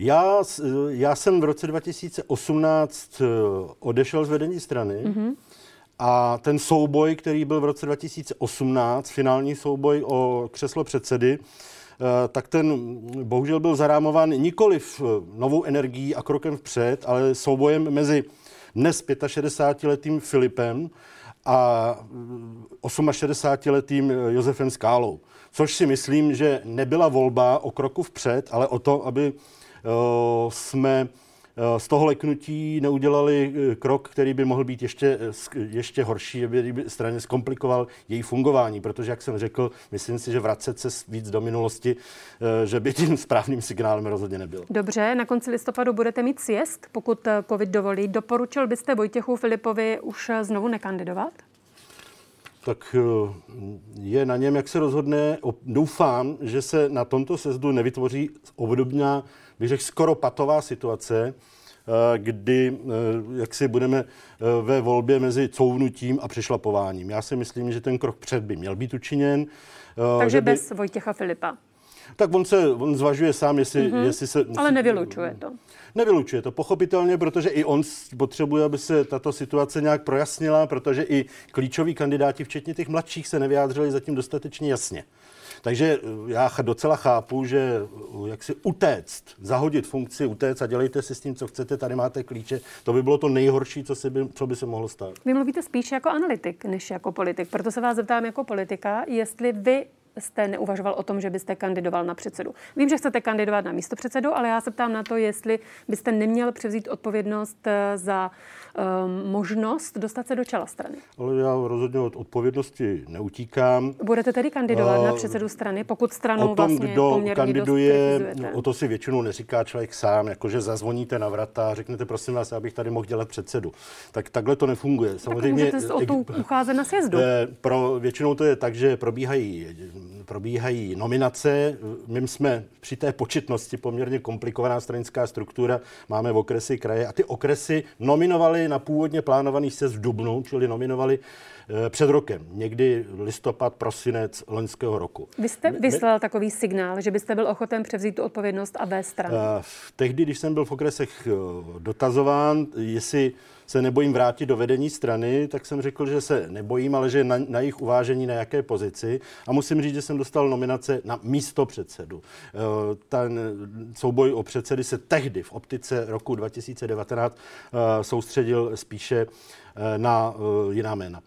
Já jsem v roce 2018 odešel z vedení strany a ten souboj, který byl v roce 2018, finální souboj o křeslo předsedy, tak ten bohužel byl zarámován nikoliv novou energií a krokem vpřed, ale soubojem mezi dnes 65letým Filipem a 68letým Josefem Skálou. Což si myslím, že nebyla volba o kroku vpřed, ale o to, aby jsme z toho leknutí neudělali krok, který by mohl být ještě horší, aby straně zkomplikoval její fungování, protože, jak jsem řekl, myslím si, že vracet se víc do minulosti, že by tím správným signálem rozhodně nebylo. Dobře, na konci listopadu budete mít sjezd, pokud covid dovolí. Doporučil byste Vojtěchu Filipovi už znovu nekandidovat? Tak je na něm, jak se rozhodne. Doufám, že se na tomto sjezdu nevytvoří obdobná, bych řekl, skoro patová situace, kdy jak si budeme ve volbě mezi couvnutím a přešlapováním. Já si myslím, že ten krok před by měl být učiněn. Takže bez Vojtěcha Filipa. Tak on zvažuje sám, jestli se... Ale nevylučuje to. Nevylučuje to, pochopitelně, protože i on potřebuje, aby se tato situace nějak projasnila, protože i klíčoví kandidáti, včetně těch mladších, se nevyjádřili zatím dostatečně jasně. Takže já docela chápu, že jak si zahodit funkci, utéct a dělejte si s tím, co chcete, tady máte klíče, to by bylo to nejhorší, co by se mohlo stát. Vy mluvíte spíš jako analytik, než jako politik. Proto se vás zeptám jako politika, jestli vy jste neuvažoval o tom, že byste kandidoval na předsedu. Vím, že chcete kandidovat na místopředsedu, ale já se ptám na to, jestli byste neměl převzít odpovědnost za možnost dostat se do čela strany. Ale já rozhodně od odpovědnosti neutíkám. Budete tedy kandidovat na předsedu strany, pokud stranou o tom, vlastně kdo poměrně kandiduje, dost kritizujete? O to si většinou neříká člověk sám, jakože zazvoníte na vrata a řeknete, prosím vás, abych tady mohl dělat předsedu. Tak takhle to nefunguje. Samozřejmě, tak můžete o tu ucházet na sjezdu. Většinou to je tak, že probíhají nominace. My jsme při té početnosti poměrně komplikovaná stranická struktura. Máme v okresy, kraje a ty okresy nominovali na původně plánovaný sjezd v dubnu, čili nominovali před rokem, někdy listopad, prosinec loňského roku. Vy jste vyslal takový signál, že byste byl ochoten převzít tu odpovědnost a vést stranu? Tehdy, když jsem byl v okresech dotazován, jestli se nebojím vrátit do vedení strany, tak jsem řekl, že se nebojím, ale že na jejich uvážení, na jaké pozici. A musím říct, že jsem dostal nominace na místo předsedu. Ten souboj o předsedy se tehdy v optice roku 2019 soustředil spíše na jiná jména.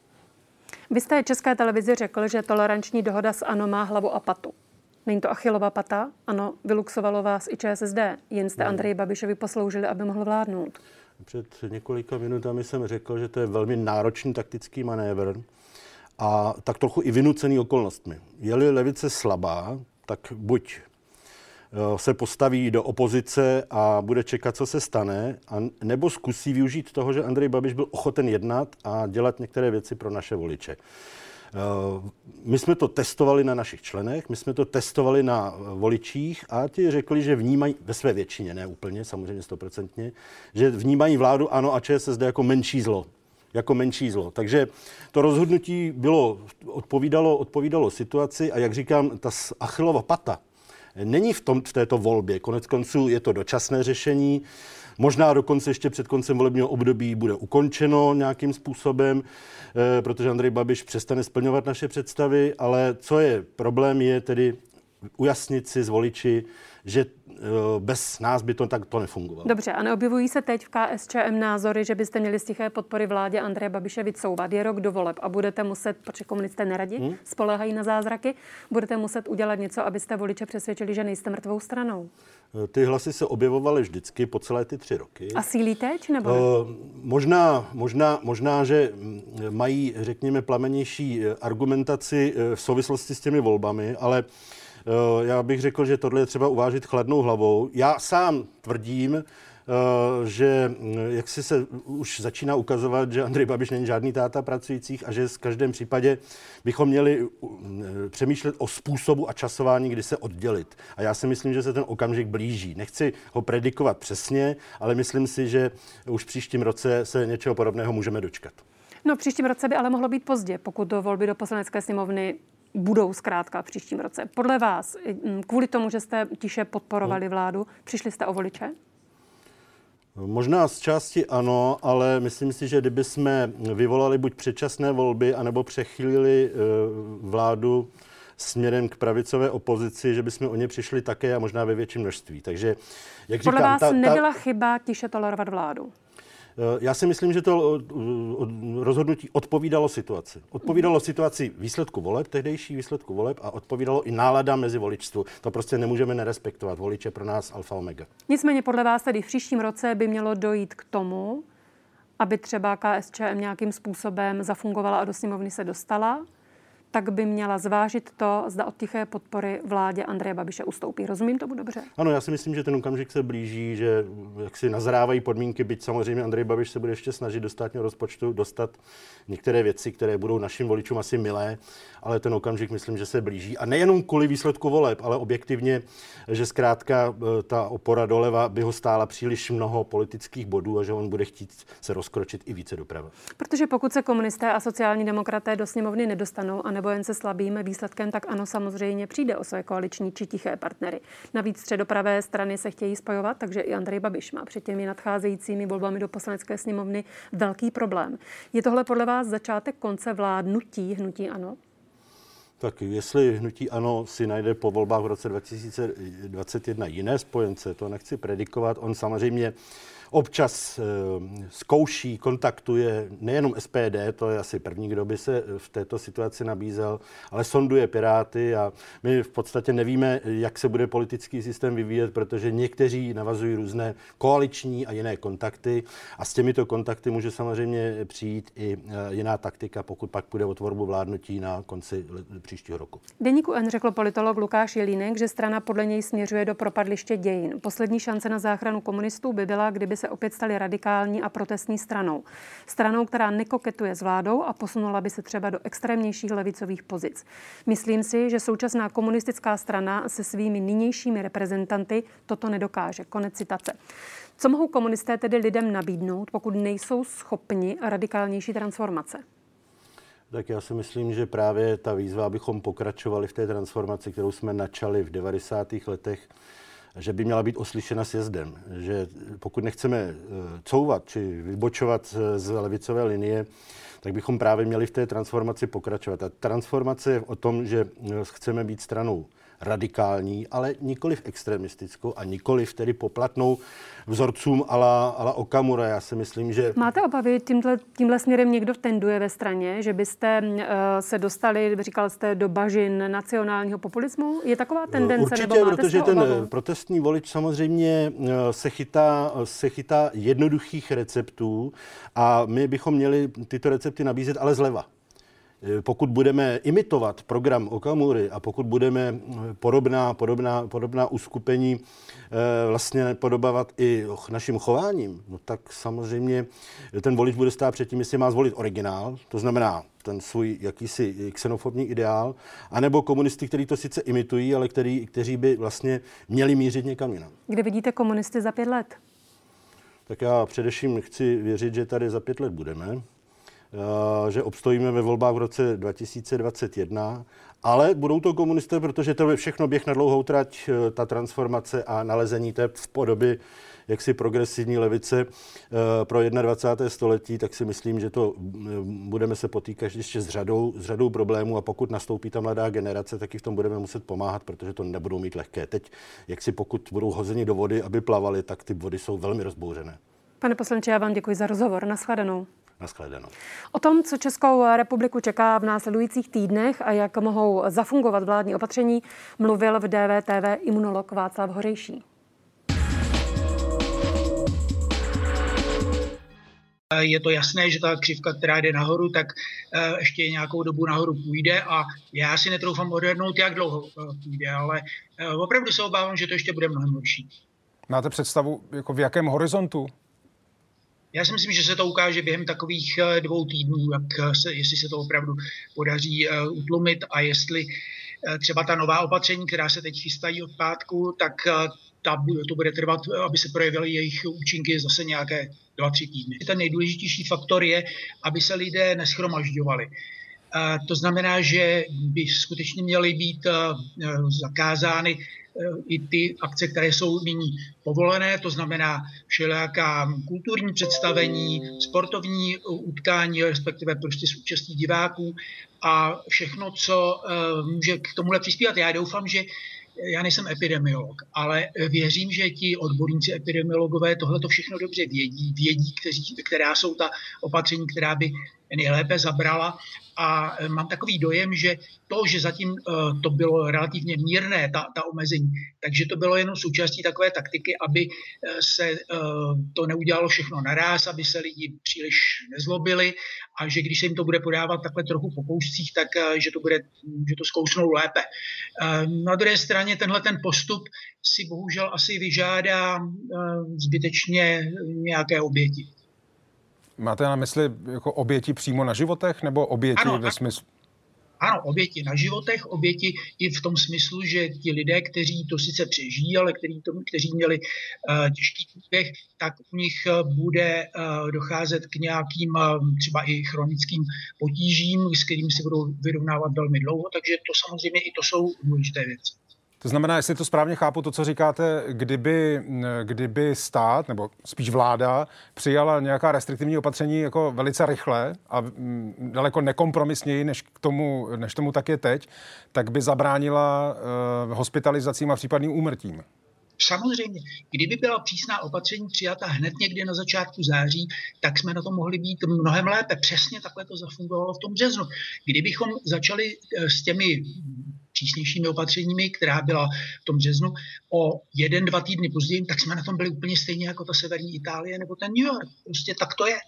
Vy jste České televizi řekl, že toleranční dohoda s ANO má hlavu a patu. Není to Achillova pata? ANO vyluxovalo vás i ČSSD. Jen jste Andreji Babišovi posloužili, aby mohl vládnout. Před několika minutami jsem řekl, že to je velmi náročný taktický manévr a tak trochu i vynucený okolnostmi. Je-li levice slabá, tak buď se postaví do opozice a bude čekat, co se stane, a nebo zkusí využít toho, že Andrej Babiš byl ochoten jednat a dělat některé věci pro naše voliče. My jsme to testovali na našich členech, my jsme to testovali na voličích a ti řekli, že vnímají, ve své většině, ne úplně, samozřejmě 100%, že vnímají vládu ANO a ČSSD jako menší zlo. Takže to rozhodnutí odpovídalo situaci a jak říkám, ta Achillova pata není v této volbě. Konec konců je to dočasné řešení. Možná dokonce ještě před koncem volebního období bude ukončeno nějakým způsobem, protože Andrej Babiš přestane splňovat naše představy, ale co je problém, je tedy ujasnit si s voliči, že bez nás by to takto nefungovalo. Dobře, a neobjevují se teď v KSČM názory, že byste měli z tiché podpory vládě Andreje Babiše vycouvat? Je rok do voleb a budete muset, protože komunisté neradi, spoléhají na zázraky, budete muset udělat něco, abyste voliče přesvědčili, že nejste mrtvou stranou. Ty hlasy se objevovaly vždycky po celé ty 3 roky. A sílí teď, nebo Možná, že mají, řekněme, plamenější argumentaci v souvislosti s těmi volbami, ale já bych řekl, že tohle je třeba uvážit chladnou hlavou. Já sám tvrdím, že jak si se už začíná ukazovat, že Andrej Babiš není žádný táta pracujících a že v každém případě bychom měli přemýšlet o způsobu a časování, kdy se oddělit. A já si myslím, že se ten okamžik blíží. Nechci ho predikovat přesně, ale myslím si, že už v příštím roce se něčeho podobného můžeme dočkat. No, v příštím roce by ale mohlo být pozdě, pokud do volby do Poslanecké sněmovny budou zkrátka v příštím roce. Podle vás, kvůli tomu, že jste tiše podporovali vládu, přišli jste o voliče? Možná z části ano, ale myslím si, že kdyby jsme vyvolali buď předčasné volby, anebo přechýlili vládu směrem k pravicové opozici, že bychom o ně přišli také a možná ve větším množství. Takže, jak podle říkám, vás nebyla chyba tiše tolerovat vládu? Já si myslím, že to rozhodnutí odpovídalo situaci. Odpovídalo situaci výsledku voleb, tehdejší výsledku voleb, a odpovídalo i nálada mezi voličstvu. To prostě nemůžeme nerespektovat. Volič je pro nás alfa omega. Nicméně podle vás tedy v příštím roce by mělo dojít k tomu, aby třeba KSČM nějakým způsobem zafungovala a do sněmovny se dostala, tak by měla zvážit to, zda od tiché podpory vládě Andreje Babiše ustoupí. Rozumím tomu dobře? Ano, já si myslím, že ten okamžik se blíží, že jak si nazrávají podmínky, byť samozřejmě Andrej Babiš se bude ještě snažit do státního rozpočtu dostat některé věci, které budou našim voličům asi milé, ale ten okamžik myslím, že se blíží. A nejenom kvůli výsledku voleb, ale objektivně, že zkrátka ta opora doleva by ho stála příliš mnoho politických bodů a že on bude chtít se rozkročit i více doprava. Protože pokud se komunisté a sociální demokraté do sněmovny nedostanou a nebo jen se slabým výsledkem, tak ano, samozřejmě přijde o své koaliční či tiché partnery. Navíc středopravé strany se chtějí spojovat, takže i Andrej Babiš má před těmi nadcházejícími volbami do Poslanecké sněmovny velký problém. Je tohle podle vás začátek konce vládnutí hnutí ANO? Tak jestli hnutí ANO si najde po volbách v roce 2021 jiné spojence, to nechci predikovat. On samozřejmě občas zkouší, kontaktuje nejenom SPD, to je asi první, kdo by se v této situaci nabízel, ale sonduje Piráty a my v podstatě nevíme, jak se bude politický systém vyvíjet, protože někteří navazují různé koaliční a jiné kontakty a s těmito kontakty může samozřejmě přijít i jiná taktika, pokud pak půjde o tvorbu vládnutí na konci příštího roku. Deníku N řekl politolog Lukáš Jelínek, že strana podle něj směřuje do propadliště dějin. Poslední šance na záchranu komunistů by byla, kdyby se opět stali radikální a protestní stranou. Stranou, která nekoketuje s vládou a posunula by se třeba do extrémnějších levicových pozic. Myslím si, že současná komunistická strana se svými nynějšími reprezentanty toto nedokáže. Konec citace. Co mohou komunisté tedy lidem nabídnout, pokud nejsou schopni radikálnější transformace? Tak já si myslím, že právě ta výzva, abychom pokračovali v té transformaci, kterou jsme načali v 90. letech, že by měla být oslyšena sjezdem. Že pokud nechceme couvat či vybočovat z levicové linie, tak bychom právě měli v té transformaci pokračovat. A transformace je o tom, že chceme být stranou radikální, ale nikoliv extremistickou a nikoliv tedy poplatnou vzorcům a la Okamura. Já si myslím, že... Máte obavy, tímhle směrem někdo tenduje ve straně, že byste se dostali, říkal jste, do bažin nacionálního populismu? Je taková tendence? Určitě, nebo máte protože ten obavu? protestní volič samozřejmě se chytá jednoduchých receptů a my bychom měli tyto recepty nabízet, ale zleva. Pokud budeme imitovat program Okamury a pokud budeme podobná uskupení vlastně podobávat i naším chováním, no tak samozřejmě ten volič bude stát před tím, jestli má zvolit originál, to znamená ten svůj jakýsi xenofobní ideál, anebo komunisty, kteří to sice imitují, ale kteří by vlastně měli mířit někam jinam. Kde vidíte komunisty za 5 let? Tak já především chci věřit, že tady za 5 let budeme, že obstojíme ve volbách v roce 2021, ale budou to komunisté, protože to je všechno běh na dlouhou trať, ta transformace a nalezení té v podoby jaksi progresivní levice pro 21. století, tak si myslím, že to budeme se potýkat ještě s řadou problémů a pokud nastoupí ta mladá generace, tak i v tom budeme muset pomáhat, protože to nebudou mít lehké. Teď, jaksi pokud budou hozeni do vody, aby plavali, tak ty vody jsou velmi rozbouřené. Pane poslanče, já vám děkuji za rozhovor. Naschledanou. Naschledanou. O tom, co Českou republiku čeká v následujících týdnech a jak mohou zafungovat vládní opatření, mluvil v DVTV imunolog Václav Hořejší. Je to jasné, že ta křivka, která jde nahoru, tak ještě nějakou dobu nahoru půjde a já si netroufám odhadnout, jak dlouho půjde, ale opravdu se obávám, že to ještě bude mnohem horší. Máte představu, jako v jakém horizontu? Já si myslím, že se to ukáže během takových 2 týdnů, jestli se to opravdu podaří utlumit a jestli třeba ta nová opatření, která se teď chystají od pátku, tak to bude trvat, aby se projevily jejich účinky zase nějaké 2-3 týdny. Ten nejdůležitější faktor je, aby se lidé neshromažďovali. To znamená, že by skutečně měly být zakázány i ty akce, které jsou nyní povolené, to znamená všelijaká kulturní představení, sportovní utkání, respektive prostě s účastí diváků a všechno, co může k tomuhle přispívat. Já doufám, že já nejsem epidemiolog, ale věřím, že ti odborníci epidemiologové tohleto všechno dobře vědí, která jsou ta opatření, která by nejlépe zabrala. A mám takový dojem, že to, že zatím to bylo relativně mírné, ta omezení, takže to bylo jenom součástí takové taktiky, aby se to neudělalo všechno naráz, aby se lidi příliš nezlobili a že když se jim to bude podávat takhle trochu po koušcích, tak že to zkousnou lépe. Na druhé straně tenhle ten postup si bohužel asi vyžádá zbytečně nějaké oběti. Máte na mysli jako oběti přímo na životech nebo oběti ve smyslu? Ano, oběti na životech, oběti i v tom smyslu, že ti lidé, kteří to sice přežijí, ale kteří měli těžký průběh, tak u nich bude docházet k nějakým třeba i chronickým potížím, s kterými se budou vyrovnávat velmi dlouho, takže to samozřejmě i to jsou důležité věci. To znamená, jestli to správně chápu, to, co říkáte, kdyby stát, nebo spíš vláda, přijala nějaká restriktivní opatření jako velice rychle a daleko nekompromisněji, než tomu tak je teď, tak by zabránila hospitalizacím a případným úmrtím. Samozřejmě, kdyby byla přísná opatření přijata hned někdy na začátku září, tak jsme na to mohli být mnohem lépe. Přesně takhle to zafungovalo v tom březnu. Kdybychom začali s těmi přísnějšími opatřeními, která byla v tom březnu, o 1-2 týdny později, tak jsme na tom byli úplně stejně jako ta severní Itálie nebo ten New York. Prostě tak to je.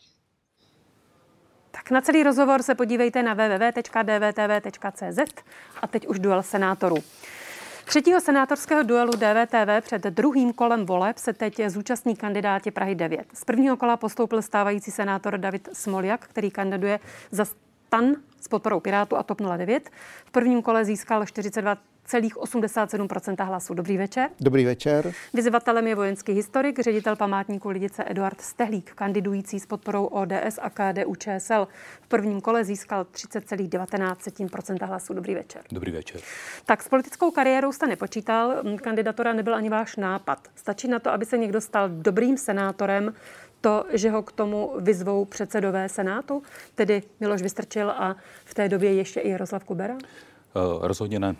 Tak na celý rozhovor se podívejte na www.dvtv.cz a teď už duel senátorů. 3. senátorského duelu DVTV před druhým kolem voleb se teď zúčastní kandidáti Prahy 9. Z prvního kola postoupil stávající senátor David Smoljak, který kandiduje za STAN s podporou Pirátů a TOP 09. V prvním kole získal 42,87% hlasů. Dobrý večer. Dobrý večer. Vyzvatelem je vojenský historik, ředitel památníku Lidice Eduard Stehlík, kandidující s podporou ODS a KDU-ČSL. V prvním kole získal 30,19% hlasů. Dobrý večer. Dobrý večer. Tak s politickou kariérou jste nepočítal, kandidatura nebyl ani váš nápad. Stačí na to, aby se někdo stal dobrým senátorem, to, že ho k tomu vyzvou předsedové Senátu, tedy Miloš Vystrčil a v té době ještě i Jaroslav Kubera? Rozhodně ne.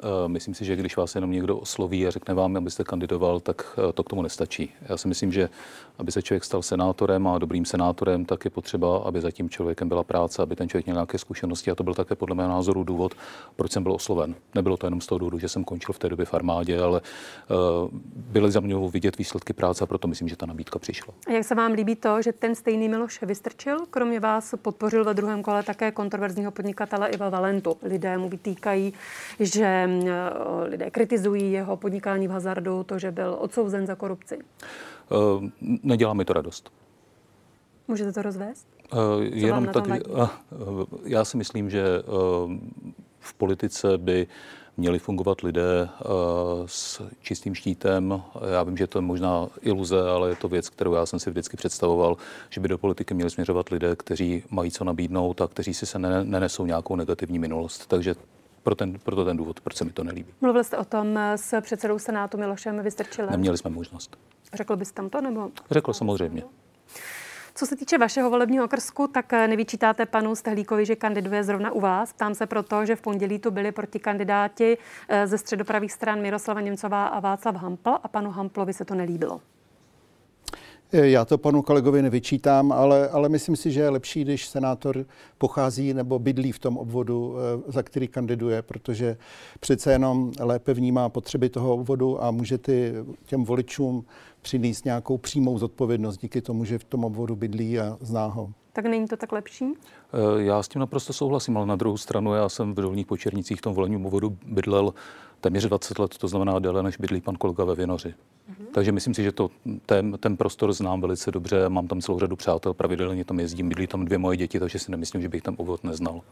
Myslím si, že když vás jenom někdo osloví a řekne vám, abyste kandidoval, tak to k tomu nestačí. Já si myslím, že aby se člověk stal senátorem a dobrým senátorem, tak je potřeba, aby za tím člověkem byla práce, aby ten člověk měl nějaké zkušenosti, a to byl také podle mého názoru důvod, proč jsem byl osloven. Nebylo to jenom z toho důvodu, že jsem končil v té době v armádě, ale byly za mnou vidět výsledky práce, a proto myslím, že ta nabídka přišla. A jak se vám líbí to, že ten stejný Miloš Vystrčil kromě vás podpořil ve druhém kole také kontroverzního podnikatele Iva Valentu? Lidé mu vytýkají, že lidé kritizují jeho podnikání v hazardu, to, že byl odsouzen za korupci. Nedělá mi to radost. Můžete to rozvést? Jenom tak, já si myslím, že v politice by měli fungovat lidé s čistým štítem. Já vím, že to je možná iluze, ale je to věc, kterou já jsem si vždycky představoval, že by do politiky měli směřovat lidé, kteří mají co nabídnout a kteří si se nenesou nějakou negativní minulost. Takže proto ten důvod, proč se mi to nelíbí. Mluvil jste o tom s předsedou Senátu Milošem Vystrčilem? Neměli jsme možnost. Řekl byste tam to, nebo? Řekl samozřejmě. Co se týče vašeho volebního okrsku, tak nevyčítáte panu Stehlíkovi, že kandiduje zrovna u vás. Ptám se proto, že v pondělí tu byli protikandidáti ze středopravých stran Miroslava Němcová a Václav Hampl a panu Hamplovi se to nelíbilo. Já to panu kolegovi nevyčítám, ale myslím si, že je lepší, když senátor pochází nebo bydlí v tom obvodu, za který kandiduje, protože přece jenom lépe vnímá potřeby toho obvodu a může těm voličům přinést nějakou přímou zodpovědnost díky tomu, že v tom obvodu bydlí a zná ho. Tak není to tak lepší? Já s tím naprosto souhlasím, ale na druhou stranu já jsem v Dolních Počernicích v tom volebním obvodu bydlel téměř 20 let, to znamená déle, než bydlí pan kolega ve Vinoři. Takže myslím si, že ten prostor znám velice dobře, mám tam celou řadu přátel, pravidelně tam jezdím, bydlí tam 2 moje děti, takže si nemyslím, že bych tam obvod neznal.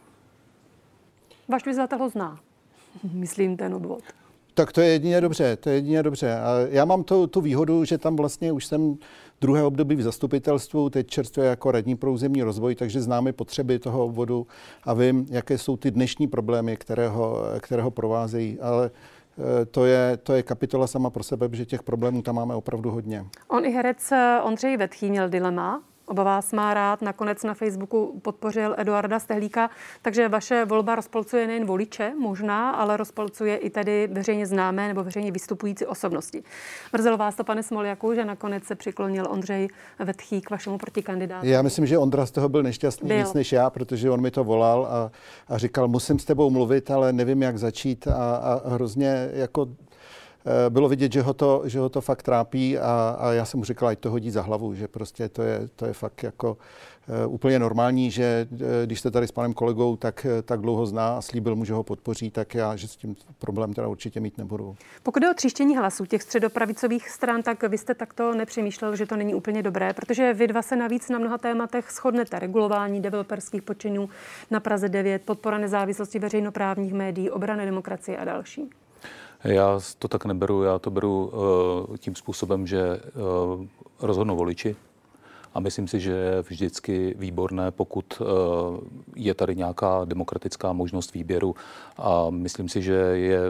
Váš vyzvatel ho zná, myslím, ten obvod. Tak to je jedině dobře, A já mám tu výhodu, že tam vlastně už jsem druhé období v zastupitelstvu, teď čerstvě jako radní pro územní rozvoj, takže známe potřeby toho obvodu a vím, jaké jsou ty dnešní problémy, které ho provázejí. Ale to je kapitola sama pro sebe, protože těch problémů tam máme opravdu hodně. On i herec Ondřej Vetchý měl dilema. Oba vás má rád, nakonec na Facebooku podpořil Eduarda Stehlíka, takže vaše volba rozpolcuje nejen voliče, možná, ale rozpolcuje i tedy veřejně známé nebo veřejně vystupující osobnosti. Mrzelo vás to, pane Smoljaku, že nakonec se přiklonil Ondřej Vetchý k vašemu protikandidátu? Já myslím, že Ondra z toho byl nešťastný víc než já, protože on mi to volal a říkal, musím s tebou mluvit, ale nevím, jak začít a hrozně jako bylo vidět, že ho to fakt trápí a já jsem mu říkal, ať to hodí za hlavu, že prostě to je fakt jako úplně normální, že když jste tady s panem kolegou tak dlouho zná a slíbil mu, že ho podpoří, tak já, že s tím problém teda určitě mít nebudu. Pokud jde o tříštění hlasů těch středopravicových stran, tak vy jste takto nepřemýšlel, že to není úplně dobré, protože vy dva se navíc na mnoha tématech shodnete. Regulování developerských počinů na Praze 9, podpora nezávislosti veřejnoprávních médií, obrana demokracie a další. Já to tak neberu, já to beru tím způsobem, že rozhodnou voliči a myslím si, že je vždycky výborné, pokud je tady nějaká demokratická možnost výběru a myslím si, že je,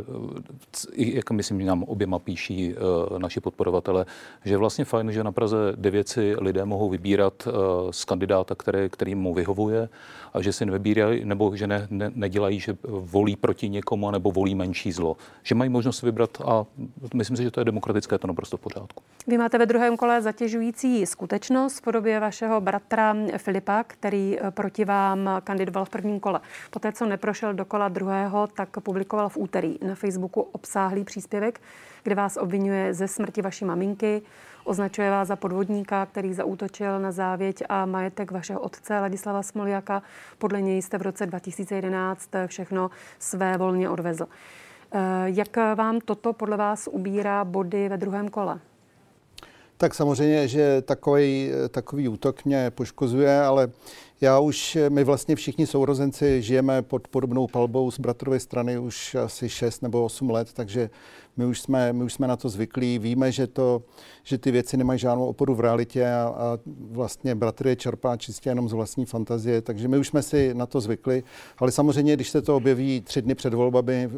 jak myslím, že nám oběma píší naši podporovatele, že je vlastně fajn, že na Praze 9 si lidé mohou vybírat z kandidáta, který mu vyhovuje a že si nevybírají, nebo že nedělají, že volí proti někomu, nebo volí menší zlo. Že mají možnost vybrat a myslím si, že to je demokratické, je to naprosto v pořádku. Vy máte ve druhém kole zatěžující skutečnost v podobě vašeho bratra Filipa, který proti vám kandidoval v prvním kole. Poté, co neprošel do kola druhého, tak publikoval v úterý na Facebooku obsáhlý příspěvek, kde vás obvinuje ze smrti vaší maminky, označuje vás za podvodníka, který zaútočil na závěť a majetek vašeho otce Ladislava Smoljaka. Podle něj jste v roce 2011 všechno svévolně odvezl. Jak vám toto podle vás ubírá body ve druhém kole? Tak samozřejmě, že takový útok mě poškozuje, ale my vlastně všichni sourozenci žijeme pod podobnou palbou z bratrovy strany už asi 6 nebo 8 let, takže my už jsme na to zvyklí. Víme, že ty věci nemají žádnou oporu v realitě a vlastně bratr je čerpá čistě jenom z vlastní fantazie, takže my už jsme si na to zvykli. Ale samozřejmě, když se to objeví 3 dny před volbami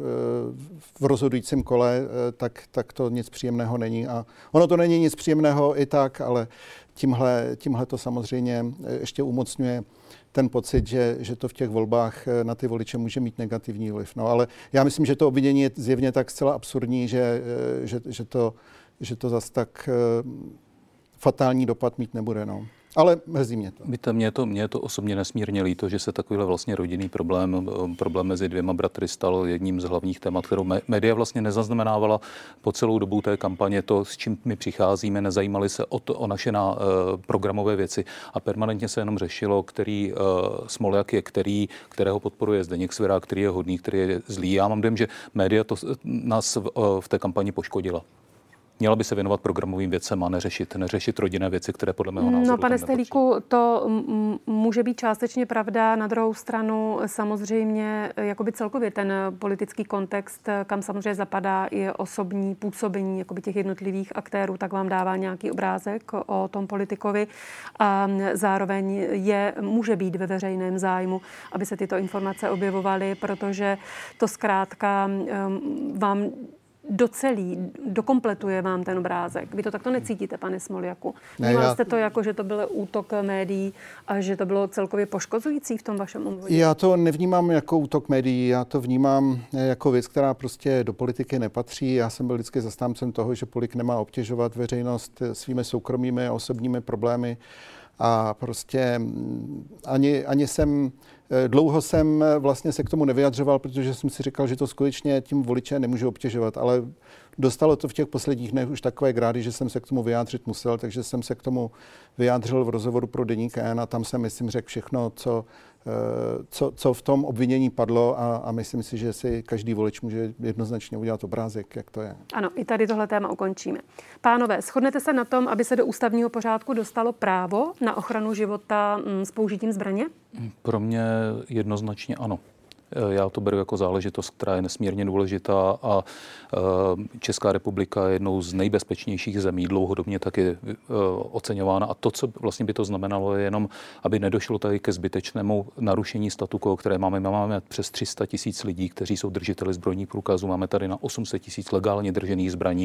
v rozhodujícím kole, tak to nic příjemného není. A ono to není nic příjemného i tak, ale tímhle to samozřejmě ještě umocňuje ten pocit, že to v těch volbách na ty voliče může mít negativní vliv. No, ale já myslím, že to obvinění je zjevně tak zcela absurdní, že to zas tak fatální dopad mít nebude. No. Ale mrzí mě to. Víte, mě je to osobně nesmírně líto, že se takovýhle vlastně rodinný problém mezi dvěma bratry stal jedním z hlavních témat, kterou média vlastně nezaznamenávala po celou dobu té kampaně. To, s čím my přicházíme, nezajímali se o naše programové věci a permanentně se jenom řešilo, který Smoljak je kterého podporuje Zdeněk Svěrá, který je hodný, který je zlý. Já mám dojem, že média nás v té kampani poškodila. Měla by se věnovat programovým věcem a neřešit rodinné věci, které podle mého názoru. No, pane Stehlíku, to může být částečně pravda. Na druhou stranu samozřejmě jakoby celkově ten politický kontext, kam samozřejmě zapadá i osobní působení jakoby těch jednotlivých aktérů, tak vám dává nějaký obrázek o tom politikovi. A zároveň může být ve veřejném zájmu, aby se tyto informace objevovaly, protože to zkrátka vám dokompletuje vám ten obrázek. Vy to takto necítíte, pane Smoljaku? Vnímal jste to jako, že to byl útok médií a že to bylo celkově poškozující v tom vašem obvodě? Já to nevnímám jako útok médií, já to vnímám jako věc, která prostě do politiky nepatří. Já jsem byl vždycky zastáncem toho, že politik nemá obtěžovat veřejnost svými soukromými a osobními problémy a prostě dlouho jsem vlastně se k tomu nevyjadřoval, protože jsem si říkal, že to skutečně tím voliče nemůže obtěžovat, ale dostalo to v těch posledních dnech už takové grády, že jsem se k tomu vyjádřit musel, takže jsem se k tomu vyjádřil v rozhovoru pro Deník N a tam jsem, myslím, řekl všechno, co v tom obvinění padlo a myslím si, že si každý volič může jednoznačně udělat obrázek, jak to je. Ano, i tady tohle téma ukončíme. Pánové, shodnete se na tom, aby se do ústavního pořádku dostalo právo na ochranu života s použitím zbraně? Pro mě jednoznačně ano. Já to beru jako záležitost, která je nesmírně důležitá a Česká republika je jednou z nejbezpečnějších zemí, dlouhodobě taky oceňována. A to, co vlastně by to znamenalo, je jenom, aby nedošlo tady ke zbytečnému narušení statu quo, které máme. My máme přes 300 000 lidí, kteří jsou držiteli zbrojních průkazů. Máme tady na 800 000 legálně držených zbraní.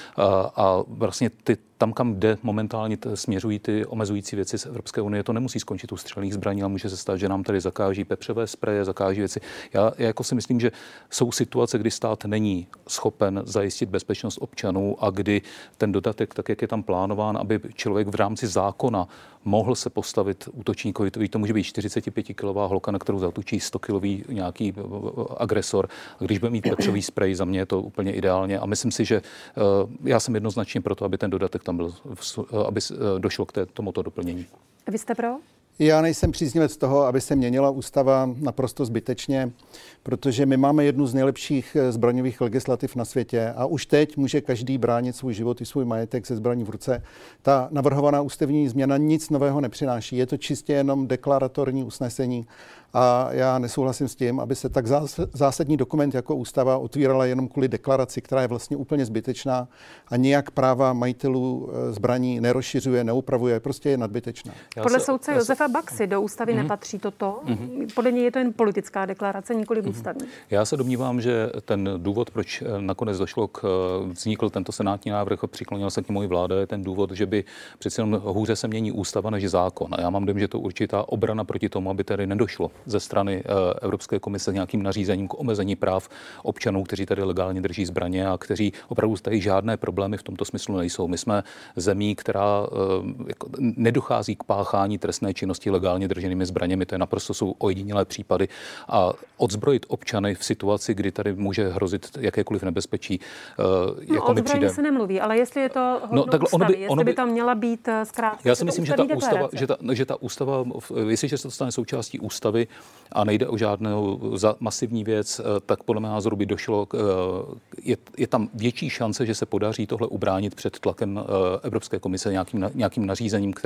A vlastně tam, kam jde momentálně směřují ty omezující věci z Evropské unie, to nemusí skončit u střelných zbraní, ale může se stát, že nám tady zakáží pepřové spreje, zakáží věci. Já jako si myslím, že jsou situace, kdy stát není schopen zajistit bezpečnost občanů a kdy ten dodatek, tak jak je tam plánován, aby člověk v rámci zákona mohl se postavit útočníkovi. To může být 45kilová holka, na kterou zautočí 100kilový nějaký agresor. A když bude mít pepřový sprej, za mě je to úplně ideálně. A myslím si, že já jsem jednoznačně pro to, aby ten dodatek tam byl, aby došlo k tomuto doplnění. Vy jste pro? Já nejsem příznivec toho, aby se měnila ústava naprosto zbytečně, protože my máme jednu z nejlepších zbraňových legislativ na světě a už teď může každý bránit svůj život i svůj majetek se zbraní v ruce. Ta navrhovaná ústavní změna nic nového nepřináší. Je to čistě jenom deklaratorní usnesení a já nesouhlasím s tím, aby se tak zásadní dokument jako ústava otvírala jenom kvůli deklaraci, která je vlastně úplně zbytečná a nijak práva majitelů zbraní nerozšiřuje, neupravuje, prostě je nadbytečná. Podle soudce Josefa Baxy do ústavy nepatří toto. Podle něj je to jen politická deklarace, nikoli ústavní. Já se domnívám, že ten důvod, proč nakonec vznikl tento senátní návrh a přiklonila se k němu i vláda, je ten důvod, že by přece jenom hůře se mění ústava než zákon. A já mám dojem, že to určitá obrana proti tomu, aby tady nedošlo ze strany Evropské komise nějakým nařízením k omezení práv občanů, kteří tady legálně drží zbraně a kteří opravdu tady žádné problémy v tomto smyslu nejsou. My jsme zemí, která nedochází k páchání trestné činnosti legálně drženými zbraněmi. To je naprosto jsou ojedinělé případy. A odzbrojit občany v situaci, kdy tady může hrozit jakékoliv nebezpečí. O zbraní se nemluví, ale jestli je to hodno ústavy, jestli by tam měla být zkrátka. Já si myslím, že ta ústava, jestliže se to stane součástí ústavy a nejde o žádnou masivní věc, tak podle mého názoru by došlo, je tam větší šance, že se podaří tohle ubránit před tlakem Evropské komise nějakým nařízením,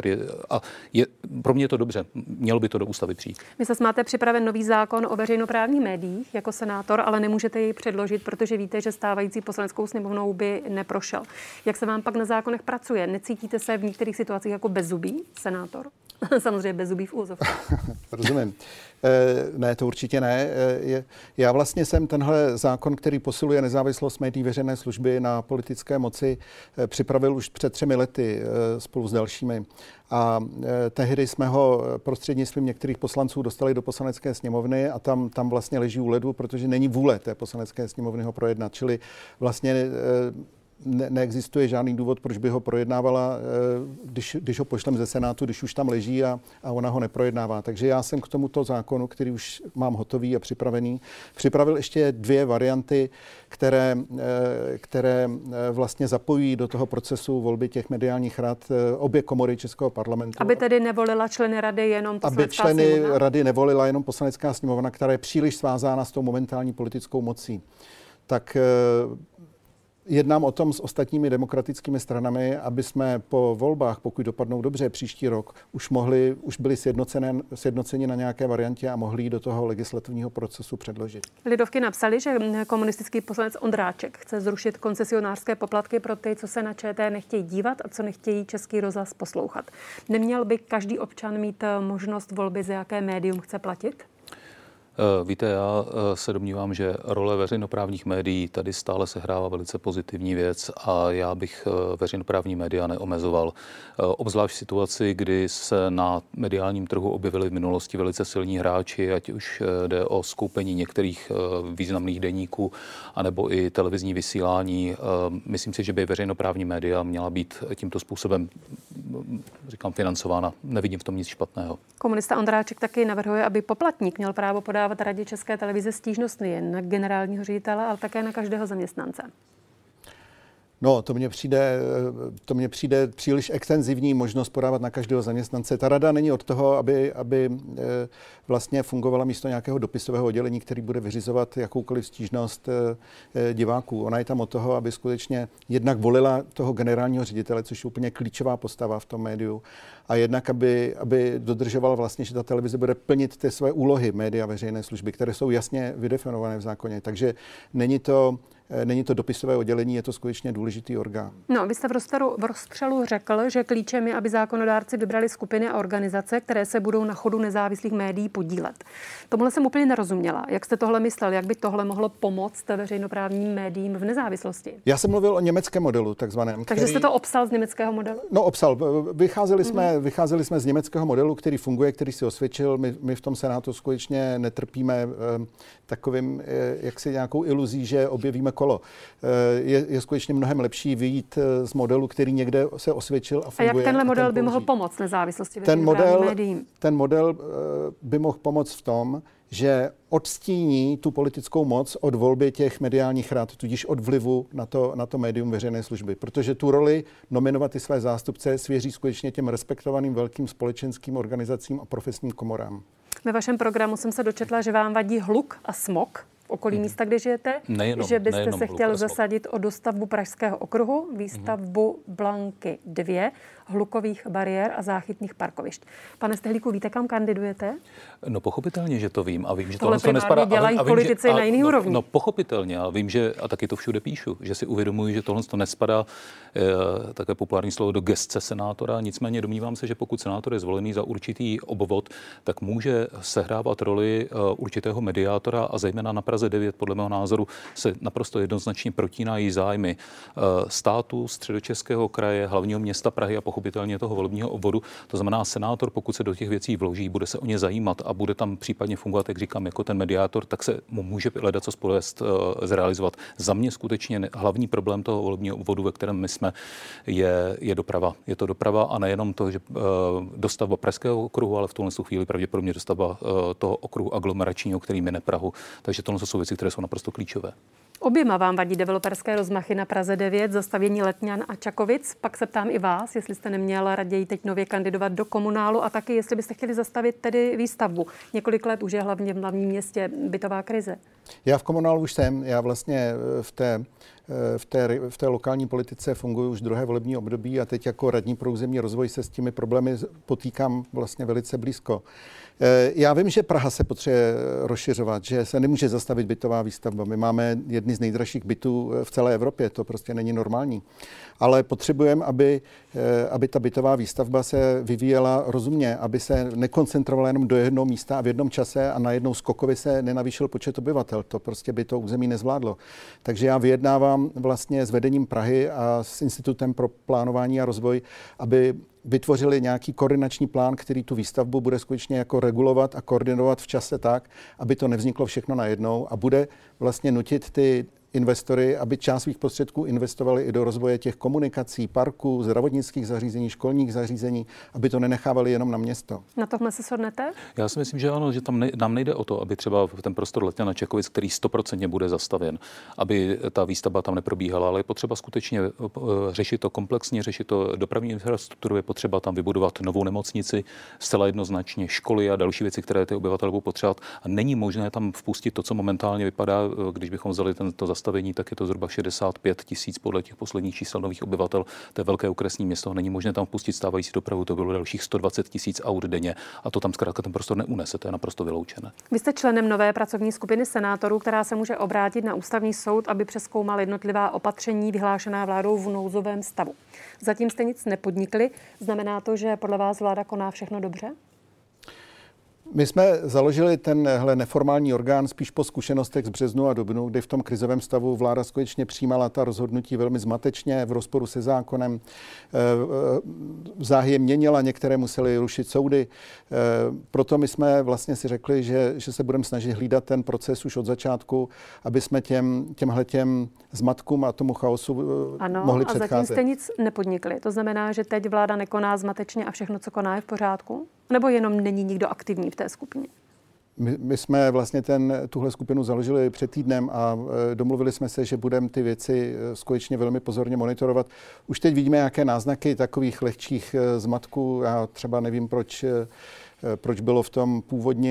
pro mě je to dobře. Mělo by to do ústavy přijít. Vy se máte připraven nový zákon o veřejnoprávních médiích jako senátor, ale nemůžete jej předložit, protože víte, že stávající poslaneckou sněmovnou by neprošel. Jak se vám pak na zákonech pracuje? Necítíte se v některých situacích jako bezzubý senátor? Samozřejmě bez zubí v úzovkách. Rozumím. Ne, to určitě ne. Já vlastně jsem tenhle zákon, který posiluje nezávislost médií veřejné služby na politické moci, připravil už před 3 lety spolu s dalšími. A tehdy jsme ho prostřednictvím některých poslanců dostali do Poslanecké sněmovny a tam vlastně leží u ledu, protože není vůle té Poslanecké sněmovny ho projednat. Čili vlastně neexistuje žádný důvod, proč by ho projednávala, když ho pošlem ze Senátu, když už tam leží a ona ho neprojednává. Takže já jsem k tomuto zákonu, který už mám hotový a připravený, připravil ještě 2 varianty, které vlastně zapojí do toho procesu volby těch mediálních rad obě komory Českého parlamentu. Aby tedy nevolila členy rady jenom Poslanecká sněmovna? Aby členy rady nevolila jenom Poslanecká sněmovna, která je příliš svázána s tou momentální politickou mocí. Tak jednám o tom s ostatními demokratickými stranami, aby jsme po volbách, pokud dopadnou dobře příští rok, už byli sjednoceni na nějaké variantě a mohli ji do toho legislativního procesu předložit. Lidovky napsali, že komunistický poslanec Ondráček chce zrušit koncesionářské poplatky pro ty, co se na ČT nechtějí dívat a co nechtějí Český rozhlas poslouchat. Neměl by každý občan mít možnost volby, za jaké médium chce platit? Víte, já se domnívám, že role veřejnoprávních médií tady stále sehrává velice pozitivní věc a já bych veřejnoprávní média neomezoval. Obzvlášť v situaci, kdy se na mediálním trhu objevili v minulosti velice silní hráči, ať už jde o skoupení některých významných deníků, anebo i televizní vysílání. Myslím si, že by veřejnoprávní média měla být tímto způsobem, říkám, financována. Nevidím v tom nic špatného. Komunista Ondráček taky navrhuje, aby poplatník měl právo podávat Radě České televize stížnost nejen na generálního ředitele, ale také na každého zaměstnance. No, to mně přijde příliš extenzivní možnost podávat na každého zaměstnance. Ta rada není od toho, aby vlastně fungovala místo nějakého dopisového oddělení, který bude vyřizovat jakoukoliv stížnost diváků. Ona je tam od toho, aby skutečně jednak volila toho generálního ředitele, což je úplně klíčová postava v tom médiu, a jednak, aby dodržovala vlastně, že ta televize bude plnit ty své úlohy média veřejné služby, které jsou jasně vydefinované v zákoně. Takže není to dopisové oddělení, je to skutečně důležitý orgán. No, vy jste v rozstřelu řekl, že klíčem je, aby zákonodárci vybrali skupiny a organizace, které se budou na chodu nezávislých médií podílet. Tomuhle jsem úplně nerozuměla. Jak jste tohle myslel? Jak by tohle mohlo pomoct veřejnoprávním médiím v nezávislosti? Já jsem mluvil o německém modelu, takzvaném. Takže jste to obsal z německého modelu? No, obsal. Vycházeli jsme z německého modelu, který funguje, který si osvědčil. My v tom Senátu skutečně netrpíme takovým, jaksi nějakou iluzí, že objevíme kolo. Je skutečně mnohem lepší vyjít z modelu, který někde se osvědčil a funguje. A jak tenhle model by mohl pomoct nezávislosti veřejnoprávním médiím? Ten model by mohl pomoct v tom, že odstíní tu politickou moc od volby těch mediálních rad, tudíž od vlivu na to médium veřejné služby. Protože tu roli nominovat ty své zástupce svěří skutečně těm respektovaným velkým společenským organizacím a profesním komorám. Ve vašem programu jsem se dočetla, že vám vadí hluk a smog v okolí místa, kde žijete, že byste se chtěl zasadit o dostavbu Pražského okruhu, výstavbu Blanky 2, hlukových bariér a záchytných parkovišť. Pane Stehlíku, víte, kam kandidujete? No pochopitelně, že to vím a vím, že tohle to nespadá. Dělají politici na jiný úrovni. No pochopitelně, a vím, že a taky to všude píšu, že si uvědomuji, že tohle to nespadá, také populární slovo, do gesce senátora. Nicméně domnívám se, že pokud senátor je zvolený za určitý obvod, tak může sehrávat roli určitého mediátora a zejména na Praze 9 podle mého názoru se naprosto jednoznačně protínají zájmy státu, Středočeského kraje, hlavního města Prahy a pochopitelně toho volebního obvodu. To znamená, senátor, pokud se do těch věcí vloží, bude se o ně zajímat a bude tam případně fungovat, jak říkám, jako ten mediátor, tak se mu může hledat co společnost zrealizovat. Za mě skutečně hlavní problém toho volebního obvodu, ve kterém my jsme, je doprava. Je to doprava a nejenom to, že dostavba Pražského okruhu, ale v tuhle chvíli pravděpodobně dostavba toho okruhu aglomeračního, který mine Prahu. Takže tohle jsou věci, které jsou naprosto klíčové. Oběma vám vadí developerské rozmachy na Praze 9, zastavění Letňan a Čakovic. Pak se ptám i vás, jestli jste neměl raději teď nově kandidovat do komunálu a taky, jestli byste chtěli zastavit tedy výstavbu. Několik let už je hlavně v hlavním městě bytová krize. Já v komunálu už jsem. Já vlastně v té lokální politice funguji už druhé volební období a teď jako radní pro územní rozvoj se s těmi problémy potýkám vlastně velice blízko. Já vím, že Praha se potřebuje rozšiřovat, že se nemůže zastavit bytová výstavba. My máme jedny z nejdražších bytů v celé Evropě, to prostě není normální. Ale potřebujeme, aby ta bytová výstavba se vyvíjela rozumně, aby se nekoncentrovala jenom do jednoho místa a v jednom čase a najednou skokově se nenavýšil počet obyvatel. To prostě by to území nezvládlo. Takže já vyjednávám vlastně s vedením Prahy a s Institutem pro plánování a rozvoj, aby vytvořili nějaký koordinační plán, který tu výstavbu bude skutečně jako regulovat a koordinovat v čase tak, aby to nevzniklo všechno najednou a bude vlastně nutit ty investory, aby část svých prostředků investovali i do rozvoje těch komunikací, parků, zdravotnických zařízení, školních zařízení, aby to nenechávali jenom na město. Na tohle se shodnete? Já si myslím, že ano, že tam nám nejde o to, aby třeba ten prostor Letňana Čekovic, který 100% bude zastavěn, aby ta výstavba tam neprobíhala, ale je potřeba skutečně řešit to komplexně, řešit to dopravní infrastrukturu, je potřeba tam vybudovat novou nemocnici, zcela jednoznačně školy a další věci, které ty obyvatelé budou potřebovat. A není možné tam vpustit to, co momentálně vypadá, když bychom vzali to zastavení, tak je to zhruba 65 000 podle těch posledních čísel nových obyvatel. To je velké okresní město, není možné tam vpustit stávající dopravu, to bylo dalších 120 000 aut denně a to tam zkrátka ten prostor neunese, to je naprosto vyloučené. Vy jste členem nové pracovní skupiny senátorů, která se může obrátit na ústavní soud, aby přezkoumal jednotlivá opatření vyhlášená vládou v nouzovém stavu. Zatím jste nic nepodnikli. Znamená to, že podle vás vláda koná všechno dobře? My jsme založili tenhle neformální orgán spíš po zkušenostech z březnu a dubnu, kdy v tom krizovém stavu vláda skutečně přijímala ta rozhodnutí velmi zmatečně, v rozporu se zákonem. Záhy měnila, některé museli rušit soudy. Proto my jsme vlastně si řekli, že se budeme snažit hlídat ten proces už od začátku, aby jsme těmhletěm zmatkům a tomu chaosu mohli předcházet. A zatím jste nic nepodnikli. To znamená, že teď vláda nekoná zmatečně a všechno, co koná, je v pořádku? Nebo jenom není nikdo aktivní v té skupině? My jsme vlastně tuhle skupinu založili před týdnem a domluvili jsme se, že budeme ty věci skutečně velmi pozorně monitorovat. Už teď vidíme nějaké náznaky takových lehčích zmatků. Já třeba nevím, proč bylo v tom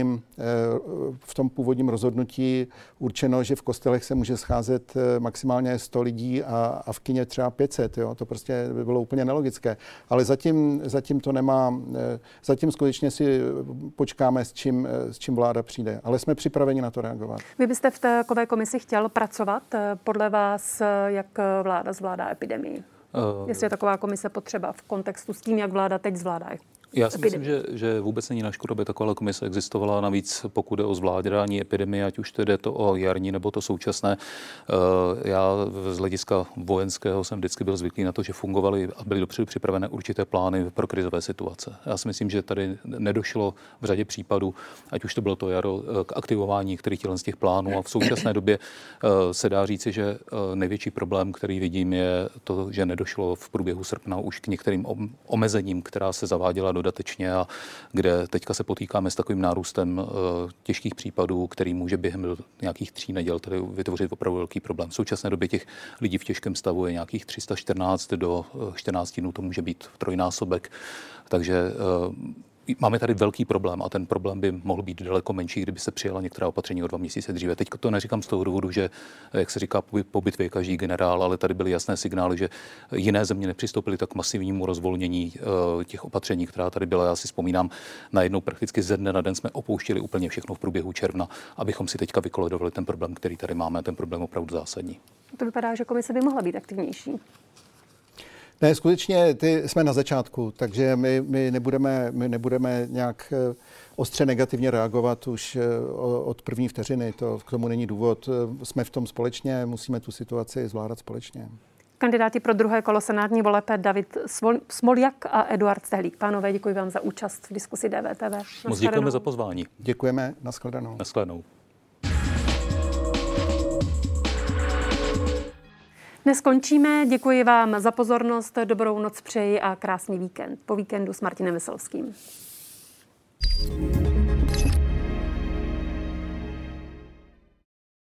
původním rozhodnutí určeno, že v kostelech se může scházet maximálně 100 lidí a v kině třeba 500. Jo? To prostě by bylo úplně nelogické. Ale zatím to nemá, zatím skutečně si počkáme, s čím vláda přijde. Ale jsme připraveni na to reagovat. Vy byste v takové komisi chtěl pracovat? Podle vás, jak vláda zvládá epidemii? Jestli je taková komise potřeba v kontextu s tím, jak vláda teď zvládá. Já si myslím, že vůbec není na škodu, aby taková komise existovala. Navíc pokud jde o zvládání epidemie, ať už to jde to o jarní nebo to současné. Já z hlediska vojenského jsem vždycky byl zvyklý na to, že fungovaly a byly dopředu připravené určité plány pro krizové situace. Já si myslím, že tady nedošlo v řadě případů, ať už to bylo to jaro, k aktivování některých z těch plánů. A v současné době se dá říci, že největší problém, který vidím, je to, že nedošlo v průběhu srpna už k některým omezením, která se zaváděla dodatečně a kde teďka se potýkáme s takovým nárůstem těžkých případů, který může během nějakých 3 neděl tady vytvořit opravdu velký problém. V současné době těch lidí v těžkém stavu je nějakých 314 do 14 dnů, to může být trojnásobek, takže máme tady velký problém a ten problém by mohl být daleko menší, kdyby se přijala některá opatření o 2 měsíce dříve. Teď to neříkám z toho důvodu, že, jak se říká, po bitvě je každý generál, ale tady byly jasné signály, že jiné země nepřistoupily tak masivnímu rozvolnění těch opatření, která tady byla. Já si vzpomínám, najednou prakticky ze dne na den jsme opouštěli úplně všechno v průběhu června, abychom si teďka vykoledovali ten problém, který tady máme, ten problém opravdu zásadní. To vypadá, že komise by mohla být aktivnější. Ne, skutečně jsme na začátku, takže my nebudeme nějak ostře negativně reagovat už od první vteřiny. K tomu není důvod. Jsme v tom společně, musíme tu situaci zvládat společně. Kandidáti pro druhé kolo senátní voleb David Smoljak a Eduard Stehlík. Pánové, děkuji vám za účast v diskusi DVTV. Moc děkujeme za pozvání. Děkujeme, nashledanou. Nashledanou. Dnes končíme, děkuji vám za pozornost, dobrou noc přeji a krásný víkend. Po víkendu s Martinem Veselským.